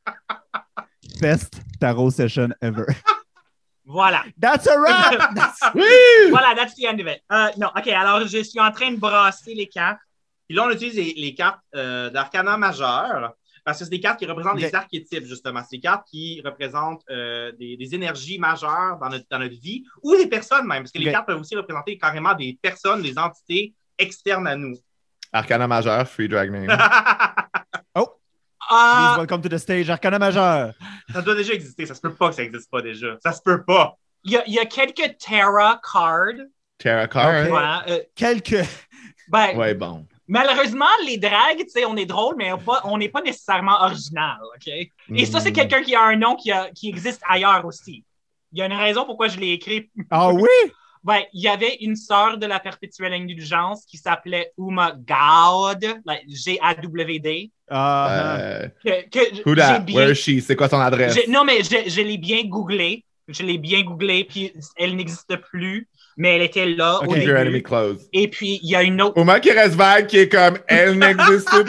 B: Best tarot session ever.
C: Voilà.
B: That's a wrap! That's...
A: Oui!
C: Voilà, that's the end of it. Uh, non, OK, alors je suis en train de brasser les cartes.
D: Puis là, on utilise les, les cartes euh, d'arcana majeur parce que c'est des cartes qui représentent okay. des archétypes, justement. C'est des cartes qui représentent euh, des, des énergies majeures dans notre, dans notre vie ou des personnes même, parce que okay. les cartes peuvent aussi représenter carrément des personnes, des entités externes à nous.
A: Arcana majeur, free drag name.
B: Oh!
C: Uh,
B: Please welcome to the stage, Arcana majeur.
D: Ça doit déjà exister. Ça se peut pas que ça n'existe pas déjà. Ça se peut pas.
C: Il y a, y a quelques Terra cards.
A: Terra cards?
B: Okay.
C: Voilà, euh,
B: quelques.
C: Ben,
A: ouais, bon.
C: Malheureusement, les drags, tu sais, on est drôle, mais on n'est pas nécessairement original, OK? Et mm. ça, c'est quelqu'un qui a un nom qui, a, qui existe ailleurs aussi. Il y a une raison pourquoi je l'ai écrit.
B: Ah oui?
C: Ben, il y avait une sœur de la perpétuelle indulgence qui s'appelait Uma Gawd, like G A W D.
A: Uh,
C: que, que
A: who that?
C: Bien,
A: Where is she? C'est quoi son adresse?
C: Non, mais je, je l'ai bien googlé. Je l'ai bien googlé, puis elle n'existe plus, mais elle était là
A: okay.
C: au début.
A: Your enemy close.
C: Et puis, il y a une autre...
A: Au moment qui reste vague, qui est comme « Elle n'existe plus ».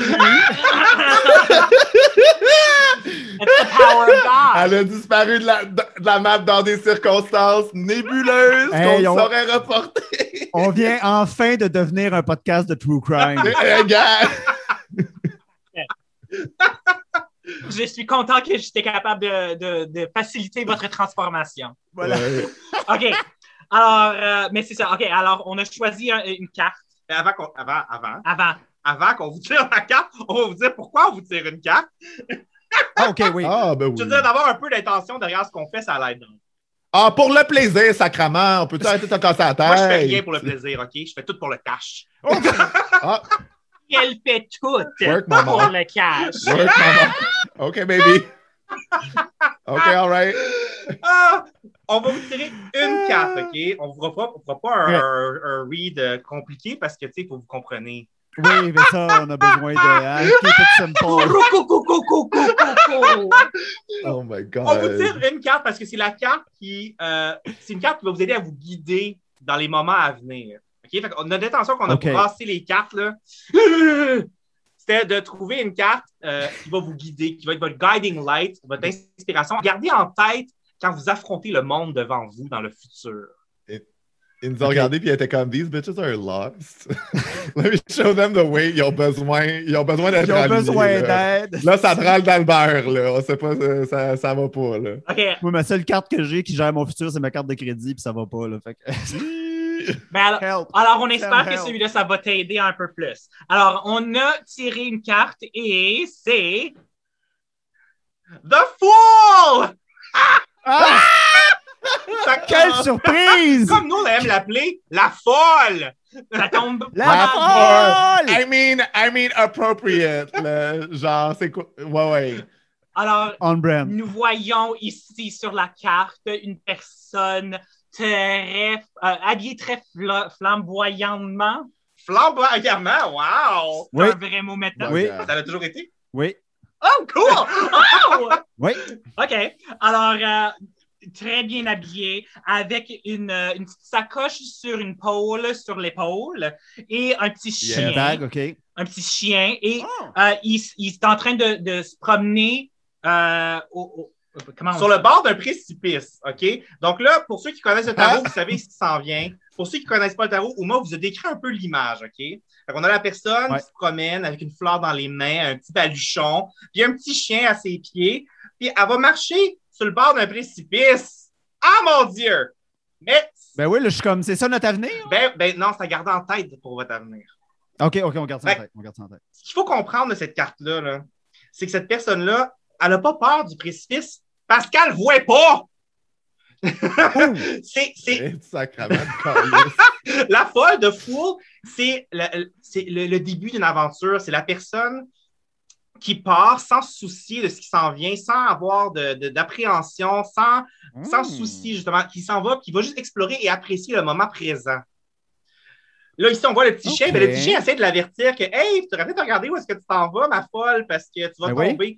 C: It's the power of God.
A: Elle a disparu de la, de la map dans des circonstances nébuleuses hey, qu'on on... saurait reporter.
B: On vient enfin de devenir un podcast de true crime.
A: Regarde!
C: Je suis content que j'étais capable de, de, de faciliter votre transformation.
B: Voilà.
A: Ouais.
C: OK. Alors, euh, mais c'est ça. OK. Alors, on a choisi un, une carte.
D: Avant, qu'on, avant, avant,
C: avant.
D: Avant qu'on vous tire la carte, on va vous dire pourquoi on vous tire une carte.
B: Ah, OK, oui.
A: Ah, ben oui.
D: Je veux dire, d'avoir un peu d'intention derrière ce qu'on fait, ça l'aide.
A: Ah, pour le plaisir, sacrament. On peut-tu arrêter de te casser la tête?
D: Moi, je fais rien pour le plaisir, OK? Je fais tout pour le cash.
B: Oh.
A: Ah.
C: Elle fait tout
A: Work,
C: pour le cash.
A: Work, maman. OK, baby. OK, all right.
D: Ah, on va vous tirer une carte, OK? On ne vous fera, fera pas un, un, un read compliqué parce que, tu sais, il faut que vous compreniez.
B: Oui, mais ça, on a besoin de... Hein, keep it simple.
A: Oh my God.
D: On vous tire une carte parce que c'est la carte qui... Euh, c'est une carte qui va vous aider à vous guider dans les moments à venir. Okay? Fait notre intention qu'on a okay. brassé les cartes, là, c'était de trouver une carte euh, qui va vous guider, qui va être votre guiding light, votre inspiration. Gardez en tête quand vous affrontez le monde devant vous dans le futur.
A: Et, ils nous ont okay. regardé et ils étaient comme « These bitches are lost. Let me show them the way. Ils ont besoin, ils ont besoin d'être
B: Ils ont
A: alignés,
B: besoin
A: là.
B: d'aide.
A: Là, ça te râle dans le beurre. Là. On sait pas, ça, ça va pas. Là.
C: Okay.
B: Moi, ma seule carte que j'ai qui gère mon futur, c'est ma carte de crédit puis ça va pas. Là. Fait que...
C: Ben alors, alors, on espère Help. que celui-là, ça va t'aider un peu plus. Alors, on a tiré une carte et c'est...
D: The Fool!
B: Ah!
D: Ça-
B: Quelle surprise!
D: Comme nous, on aime l'appeler la folle.
C: Ça tombe
B: La
C: pas mal bien.
B: folle!
A: I mean, I mean appropriate. Là. Genre, c'est quoi? Ouais, ouais.
C: Alors,
B: On brand.
C: nous voyons ici sur la carte une personne très, euh, habillée très fla- flamboyantement.
D: Flamboyamment, wow!
C: C'est
B: Oui.
C: un vrai mot maintenant.
B: Oui.
D: Ça l'a toujours été?
B: Oui.
C: Oh, cool! Oh!
B: Oui.
C: OK. Alors, euh, très bien habillé, avec une, euh, une petite sacoche sur une pôle, sur l'épaule, et un petit
A: Yeah.
C: chien.
B: Une bague, OK.
C: Un petit chien. Et
B: Oh.
C: euh, il, il est en train de, de se promener euh, au, au- comment on
D: Sur
C: dit?
D: le bord d'un précipice, OK? Donc là, pour ceux qui connaissent le tarot,
B: Ah.
D: vous savez ce qui s'en vient. Pour ceux qui ne connaissent pas le tarot, Uma vous a décrit un peu l'image, OK? Fait qu'on a la personne
B: Ouais.
D: qui se promène avec une fleur dans les mains, un petit baluchon, puis un petit chien à ses pieds, puis elle va marcher sur le bord d'un précipice. Ah, mon Dieu! Mais,
B: Ben oui, là, je suis comme, c'est ça notre avenir?
D: ben, ben non, c'est à garder en tête pour votre avenir.
B: OK, OK, on garde ça en
D: Ben-
B: tête. On garde ça en tête.
D: Ce qu'il faut comprendre de cette carte-là, là, c'est que cette personne-là, elle n'a pas peur du précipice parce qu'elle ne voit pas. c'est, c'est,
A: Eh, sacrament de calice.
D: la folle de Fool, c'est, le, c'est le, le début d'une aventure. C'est la personne qui part sans se soucier de ce qui s'en vient, sans avoir de, de, d'appréhension, sans,
B: Mmh.
D: sans souci, justement, qui s'en va, qui va juste explorer et apprécier le moment présent. Là, ici, on voit le petit
B: Ok.
D: chien, mais le petit chien essaie de l'avertir que « Hey, tu aurais peut-être regardé où est-ce que tu t'en vas, ma folle, parce que tu vas
B: Ben oui.
D: tomber. »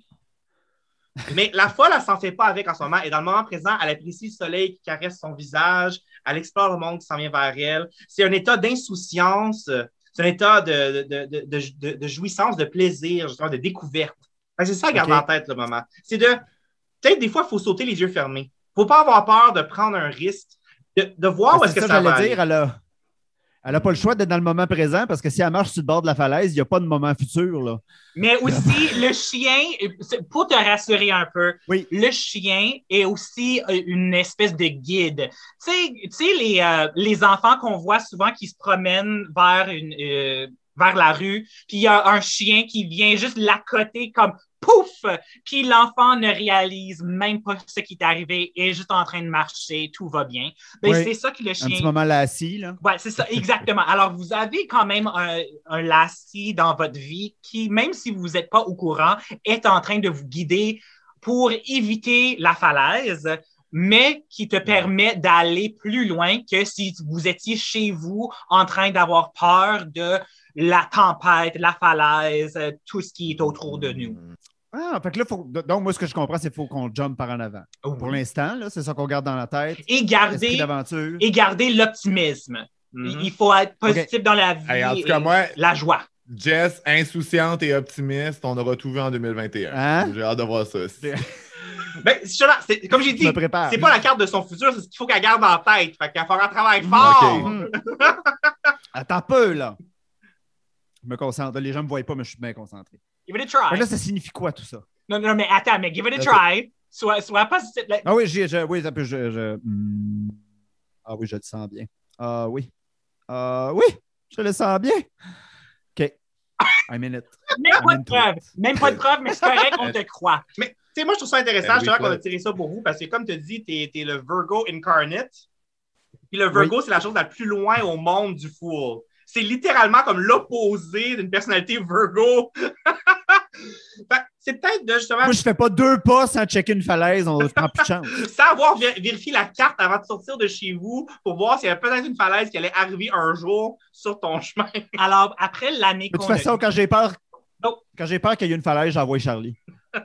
D: Mais la folle, elle s'en fait pas avec en ce moment. Et dans le moment présent, elle apprécie le soleil qui caresse son visage, elle explore le monde qui s'en vient vers elle. C'est un état d'insouciance, c'est un état de, de, de, de, de, de jouissance, de plaisir, justement, de découverte. Fait que c'est ça à garder
B: Ok.
D: en tête, le moment. C'est de... Peut-être des fois, il faut sauter les yeux fermés. Il ne faut pas avoir peur de prendre un risque, de, de voir où
B: Ben,
D: est-ce
B: c'est
D: que
B: ça,
D: ça va
B: j'allais
D: aller.
B: dire, elle a, elle a pas le choix d'être dans le moment présent parce que si elle marche sur le bord de la falaise, il n'y a pas de moment futur, là.
C: Mais aussi, le chien, pour te rassurer un peu,
B: Oui.
C: le chien est aussi une espèce de guide. Tu sais, tu sais les, euh, les enfants qu'on voit souvent qui se promènent vers, une, euh, vers la rue, puis il y a un chien qui vient juste l'accoter comme pouf! Puis l'enfant ne réalise même pas ce qui est arrivé, il est juste en train de marcher, tout va bien. Ben,
B: Oui.
C: c'est ça que le
B: Un
C: chien...
B: petit moment lassie, là.
C: Ouais, c'est ça, exactement. Alors, vous avez quand même un, un lassie dans votre vie qui, même si vous n'êtes pas au courant, est en train de vous guider pour éviter la falaise, mais qui te permet d'aller plus loin que si vous étiez chez vous en train d'avoir peur de la tempête, la falaise, tout ce qui est autour de nous.
B: Ah, fait que là, faut... donc moi, ce que je comprends, c'est qu'il faut qu'on jump par en avant.
C: Oui.
B: Pour l'instant, là, c'est ça qu'on garde dans la tête.
C: Et
B: Esprit
C: garder,
B: d'aventure.
C: et garder l'optimisme.
D: Mhm.
C: Il faut être positif dans la vie
A: Hey, en tout cas,
C: et
A: moi,
C: la joie.
A: Jess, insouciante et optimiste, on aura tout vu en deux mille vingt et un.
B: Hein?
A: J'ai hâte de voir ça aussi.
D: Ben, je suis là, c'est- comme j'ai
B: Je
D: dit,
B: me prépare.
D: c'est pas la carte de son futur, c'est ce qu'il faut qu'elle garde en tête. Fait qu'elle fera un travail fort.
A: Ok.
B: Mhm. Attends un peu, là. Je me concentre. Les gens ne me voient pas, mais je suis bien concentré.
C: Give it a
B: Fait
C: try.
B: que là, ça signifie quoi, tout ça?
C: Non, non, mais attends, mais give it a
A: Ok.
C: try. Sois, sois positif. Like,
B: Ah oui, j'ai, je, oui, ça peut, je, je- hmm. Ah oui, je le sens bien. Ah oui. Ah oui, je le sens bien. OK. I'm in it.
C: même
B: I'm
C: pas de
B: into
C: preuve.
B: it.
C: Même pas de preuve, mais c'est correct, on te croit.
D: Mais, tu sais, moi, je trouve ça intéressant.
A: Eh oui,
D: justement, qu'on a
A: Claude.
D: tiré ça pour vous parce que, comme tu dis, t'es es le Virgo incarnate. Puis le Virgo, c'est la chose la plus loin au monde du Fool. C'est littéralement comme l'opposé d'une personnalité Virgo. Fait que c'est peut-être de justement,
B: Moi, je fais pas deux pas sans checker une falaise, on ne prend plus de chance.
D: sans avoir vé- vérifié la carte avant de sortir de chez vous pour voir s'il y avait peut-être une falaise qui allait arriver un jour sur ton chemin.
C: Alors, après l'année
B: De
C: qu'on
B: toute façon,
C: a...
B: quand j'ai peur,
C: Non.
B: quand j'ai peur qu'il y ait une falaise, j'envoie Charlie.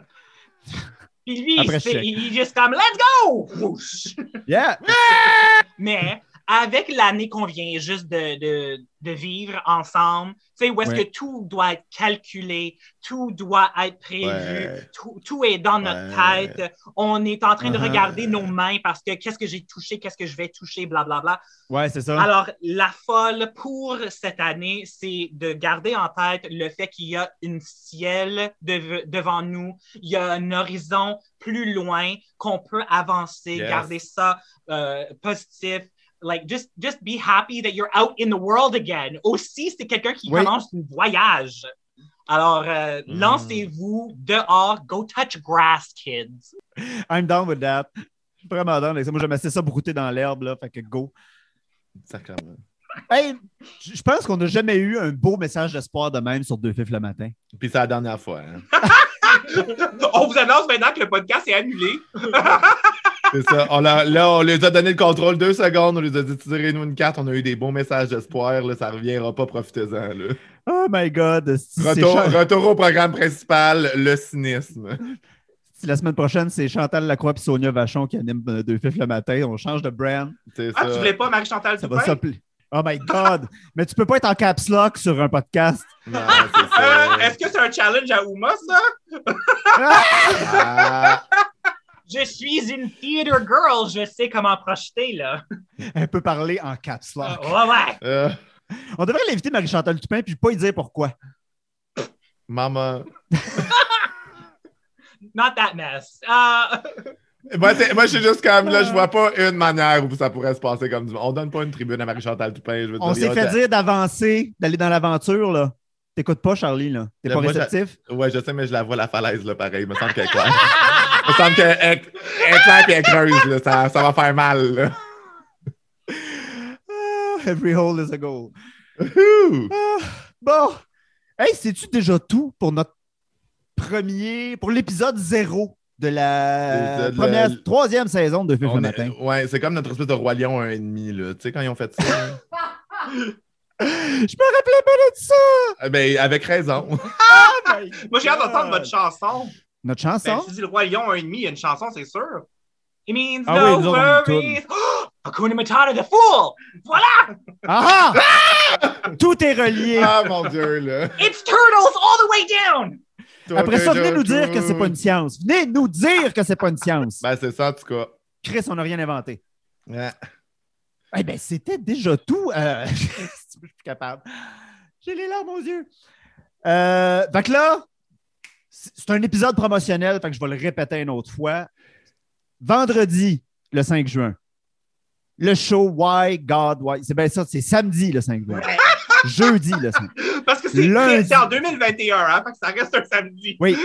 C: Puis lui,
B: Après,
C: il,
B: je
C: fait-
B: check.
C: il est juste comme « Let's go! » Whoosh.
B: Yeah!
C: Mais avec l'année qu'on vient juste de, de, de vivre ensemble, tu sais, où est-ce
B: Ouais.
C: que tout doit être calculé, tout doit être prévu,
A: Ouais.
C: tout, tout est dans notre
A: Ouais.
C: tête. On est en train de
B: Uh-huh.
C: regarder nos mains parce que qu'est-ce que j'ai touché, qu'est-ce que je vais toucher, blablabla.
B: Ouais, c'est ça.
C: Alors, la folle pour cette année, c'est de garder en tête le fait qu'il y a une ciel de- devant nous, il y a un horizon plus loin qu'on peut avancer,
A: Yes.
C: garder ça euh, positif. Like, just, just be happy that you're out in the world again. Aussi, c'est quelqu'un qui
B: Oui.
C: commence un voyage. Alors, euh,
A: Mm.
C: lancez-vous dehors, go touch grass, kids.
B: I'm down with that. Vraiment dingue. Moi, j'aimais ça brouter dans l'herbe, là. Fait que go.
A: Sacrément.
B: Hey, je pense qu'on n'a jamais eu un beau message d'espoir de même sur Deux Fifs le matin.
A: Puis c'est la dernière fois. Hein.
D: On vous annonce maintenant que le podcast est annulé.
A: C'est ça. On a, là, on les a donné le contrôle deux secondes. On les a dit tirez-nous une carte. On a eu des bons messages d'espoir. Là, ça ne reviendra pas. Profitez-en. Là.
B: Oh my God.
A: Retour, retour au programme principal, le cynisme.
B: La semaine prochaine, c'est Chantal Lacroix et Sonia Vachon qui animent Deux Fifs le matin. On change de brand.
A: C'est
D: ah,
A: ça.
D: tu voulais pas Marie-Chantal
B: Ça
D: Toupin?
B: va s'appeler. Oh my God! Mais tu peux pas être en caps lock sur un podcast.
A: Non, c'est ça.
D: Euh, est-ce que c'est un challenge à Uma, ça?
A: Ah,
C: Je suis une theater girl, je sais comment projeter, là.
B: Elle peut parler en caps lock.
C: Ouais, ouais.
A: euh,
B: On devrait l'inviter Marie-Chantal Toupin puis pas lui dire pourquoi.
A: maman.
C: Not that mess. Uh...
A: Moi, moi, je suis juste comme là, je vois pas une manière où ça pourrait se passer comme du... On donne pas une tribune à Marie-Chantal Toupin. Je veux
B: On
A: dire,
B: s'est fait dire d'avancer, d'aller dans l'aventure, là. T'écoutes pas, Charlie, là. T'es
A: Là,
B: pas
A: moi,
B: réceptif?
A: je... Ouais, je sais, mais je la vois la falaise, là, pareil. Il me semble qu'elle est claire. Il me semble qu'elle est, elle est claire et elle creuse, là. Ça, ça va faire mal, là.
B: Ah, every hole is a goal.
A: Wouhou!
B: Ah, bon. Hey, c'est-tu déjà tout pour notre premier... pour l'épisode zéro de la
A: C'est de
B: première,
A: la-
B: troisième saison de Deux Fifs le
A: On est-
B: matin?
A: Ouais, c'est comme notre espèce de Roi Lion un et demi, là. Tu sais, quand ils ont fait ça.
B: Je me rappelais pas de ça!
A: Eh ben, avec raison.
B: Oh my
D: Moi, j'ai hâte
B: God.
D: d'entendre votre chanson.
B: Notre
D: Ben,
B: chanson?
D: tu dis le Roi Lion un et demi, il y a une chanson, c'est sûr.
C: It means
B: Ah
C: no
B: oui, nous autres, on est
C: worries. Hakuna Matata, the fool! Voilà!
B: Ah! Tout est relié.
A: Ah, mon Dieu, là.
C: It's turtles all the way down!
B: Après ça, venez nous dire que c'est pas une science. Venez nous dire que c'est pas une science.
A: Ben, c'est ça, en tout cas.
B: Chris, on n'a rien inventé.
A: Ouais.
B: Eh bien, c'était déjà tout. Euh... je suis plus capable. J'ai les larmes aux yeux. Euh... Fait que là, c'est un épisode promotionnel, fait que je vais le répéter une autre fois. Vendredi, le cinq juin, le show Why God Why. C'est bien ça, c'est samedi le cinq juin. Jeudi le cinq.
D: Parce que c'est
B: Lundi.
D: c'est en deux mille vingt et un, hein, fait que ça reste un samedi.
B: Oui.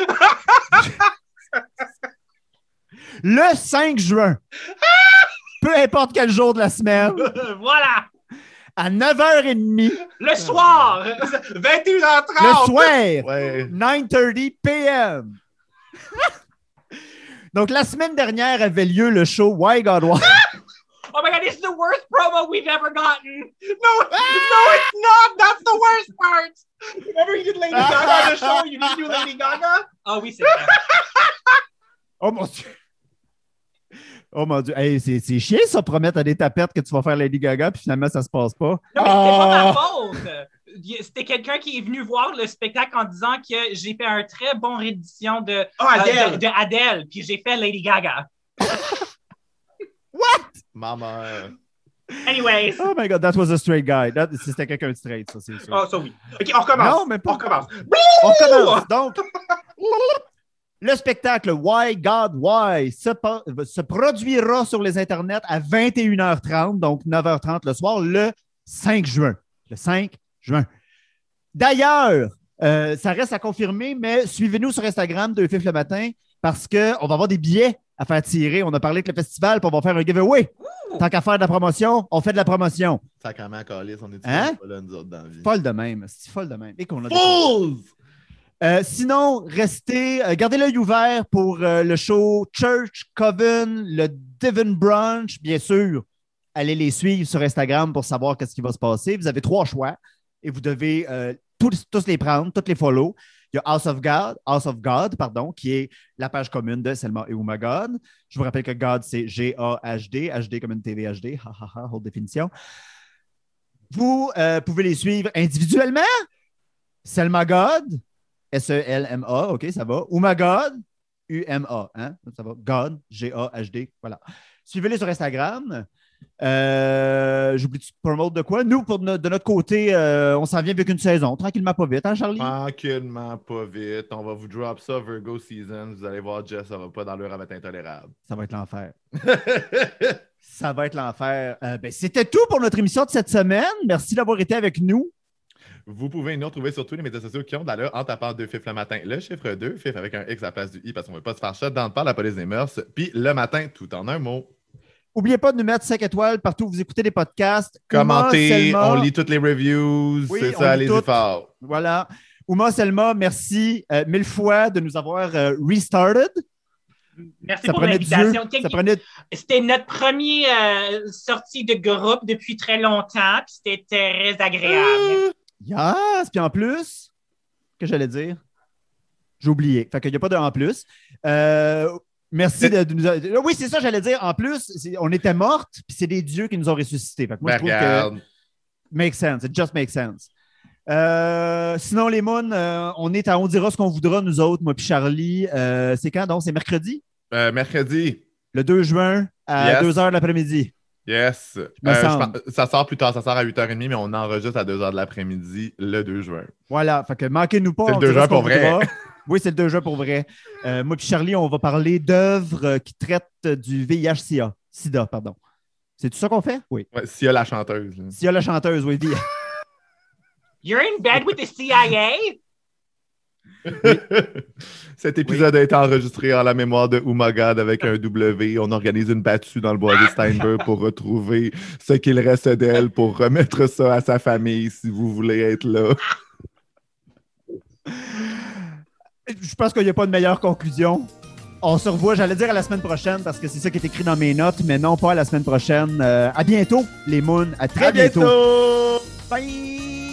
B: Le cinq juin. Peu importe quel jour de la semaine,
C: Voilà!
B: à neuf heures trente,
C: Le soir!
D: vingt et une heures
B: le
D: trente!
B: soir,
A: Ouais.
B: neuf heures trente p m Donc, la semaine dernière avait lieu le show Why God Why.
C: Oh my god, this is the worst promo we've ever gotten!
D: No, no, it's not! That's the worst part! Remember you did Lady Gaga on the show? You didn't do Lady Gaga?
C: Oh, oui, c'est vrai.
B: Oh mon Dieu! Oh mon Dieu! Hey, c'est, c'est chiant ça, promettre à des tapettes que tu vas faire Lady Gaga, puis finalement, ça se passe pas.
C: Non, mais c'était pas
B: Ah!
C: ma faute. C'était quelqu'un qui est venu voir le spectacle en disant que j'ai fait un très bon réédition de,
D: Oh, Adele!
C: euh, de, de Adele, puis j'ai fait Lady Gaga.
A: Maman.
C: Anyways.
B: Oh my God, that was a straight guy. That- c'était quelqu'un de straight, ça, c'est sûr.
D: Oh, ça oui. OK, on recommence.
B: Non, mais pas-
D: On recommence.
B: On commence. Donc, le spectacle Why God Why se, pa- se produira sur les internets à vingt et une heures trente, donc neuf heures trente le soir, le cinq juin. Le cinq juin. D'ailleurs, euh, ça reste à confirmer, mais suivez-nous sur Instagram, Deux Fifs le matin, parce qu'on va avoir des billets à faire tirer. On a parlé avec le festival, puis on va faire un giveaway. Tant qu'à faire de la promotion, on fait de la promotion.
A: Sacrément, Calis, on est
B: Hein?
A: pas là, nous autres, dans la vie.
B: Folle de même. C'est folle de même. Et qu'on a des-
A: Fools!
B: Euh, sinon, restez, euh, gardez l'œil ouvert pour euh, le show Church, Coven, le Devon Brunch, bien sûr. Allez les suivre sur Instagram pour savoir qu'est-ce qui va se passer. Vous avez trois choix et vous devez euh, tous, tous les prendre, tous les follow. Il y a House of God, House of God, pardon, qui est la page commune de Selma et Uma God. Je vous rappelle que God, c'est G A H D, H D comme une T V H D, ha ha ha, haute définition. Vous euh, pouvez les suivre individuellement. Selma God, S E L M A, OK, ça va. Uma God, U M A, hein? Ça va. God, G A H D, voilà. Suivez-les sur Instagram. Euh, J'oublie de promote de quoi. Nous, pour no- de notre côté, euh, on s'en vient avec une saison. Tranquillement, pas vite, hein, Charlie?
A: Tranquillement, pas vite. On va vous drop ça, Virgo Season. Vous allez voir, Jess, ça va pas dans l'heure, elle va être intolérable.
B: Ça va être l'enfer. Ça va être l'enfer. Euh, ben, c'était tout pour notre émission de cette semaine. Merci d'avoir été avec nous.
A: Vous pouvez nous retrouver sur tous les médias sociaux qui ont d'ailleurs en tapant deux fifs le matin, le chiffre deux, fif avec un X à la place du I parce qu'on ne veut pas se faire shot dans le par la police des mœurs, puis le matin, tout en un mot.
B: N'oubliez pas de nous mettre cinq étoiles partout où vous écoutez des podcasts.
A: Commentez,
B: Selma,
A: on lit toutes les reviews,
B: oui,
A: c'est ça, allez-y fort.
B: Voilà. Ouma Selma, merci euh, mille fois de nous avoir euh, restarted.
C: Merci
B: ça
C: pour l'invitation.
B: Ça prenait...
C: C'était notre première euh, sortie de groupe depuis très longtemps, puis c'était très agréable.
B: Yes! Puis en plus, que j'allais dire? J'ai oublié. Fait qu'il n'y a pas de en plus. Euh, merci de, de nous... Oui, c'est ça, j'allais dire. En plus, on était mortes, puis c'est des dieux qui nous ont ressuscités. Fait que moi, ben, je trouve regarde. que... Make sense. It just makes sense. Euh, sinon, les Moons, euh, on est à On dira ce qu'on voudra, nous autres, moi puis Charlie. Euh, c'est quand donc? C'est mercredi?
A: Euh, mercredi.
B: Le deux juin à
A: yes.
B: deux heures de l'après-midi.
A: Yes. Euh, je, ça sort plus tard, ça sort à huit heures trente, mais on enregistre à deux heures de l'après-midi le deux juin.
B: Voilà. Fait que manquez-nous pas.
A: C'est le deux juin pour vrai.
B: Oui, c'est le deux juin pour vrai. Euh, moi puis Charlie, on va parler d'œuvres qui traitent du V I H S I A. SIDA, pardon. C'est tout ça qu'on fait? Oui.
A: Ouais, S I A la chanteuse. Là.
B: S I A la chanteuse, oui.
C: You're in bed with the C I A?
A: Oui. Cet épisode oui. a été enregistré en la mémoire de Oh My God avec un W. On organise une battue dans le bois de Steinberg pour retrouver ce qu'il reste d'elle, pour remettre ça à sa famille si vous voulez être là.
B: Je pense qu'il n'y a pas de meilleure conclusion. On se revoit, j'allais dire à la semaine prochaine parce que c'est ça qui est écrit dans mes notes, mais non, pas à la semaine prochaine. Euh, à bientôt, les Moons. À très
A: à bientôt.
B: bientôt. Bye!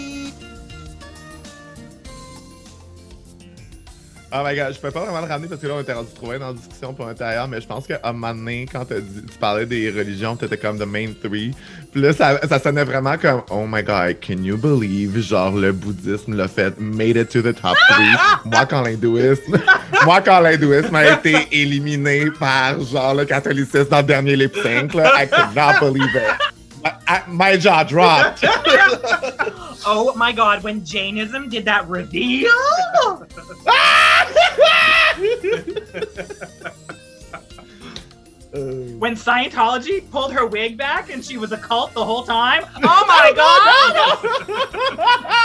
A: Oh my God, je peux pas vraiment le ramener parce que là, on était rendu trop loin dans la discussion pour l'intérieur, mais je pense qu'à un moment donné, quand dit, tu parlais des religions, tu étais comme the main three. Puis là, ça, ça sonnait vraiment comme oh my God, can you believe? Genre, le bouddhisme l'a fait, made it to the top three. Moi, quand l'hindouisme, moi, quand l'hindouisme a été éliminé par genre le catholicisme dans le dernier lip sync, là, I could not believe it. I, my jaw dropped.
C: Oh my God, when Jainism did that reveal. When Scientology pulled her wig back and she was a cult the whole time. Oh my God!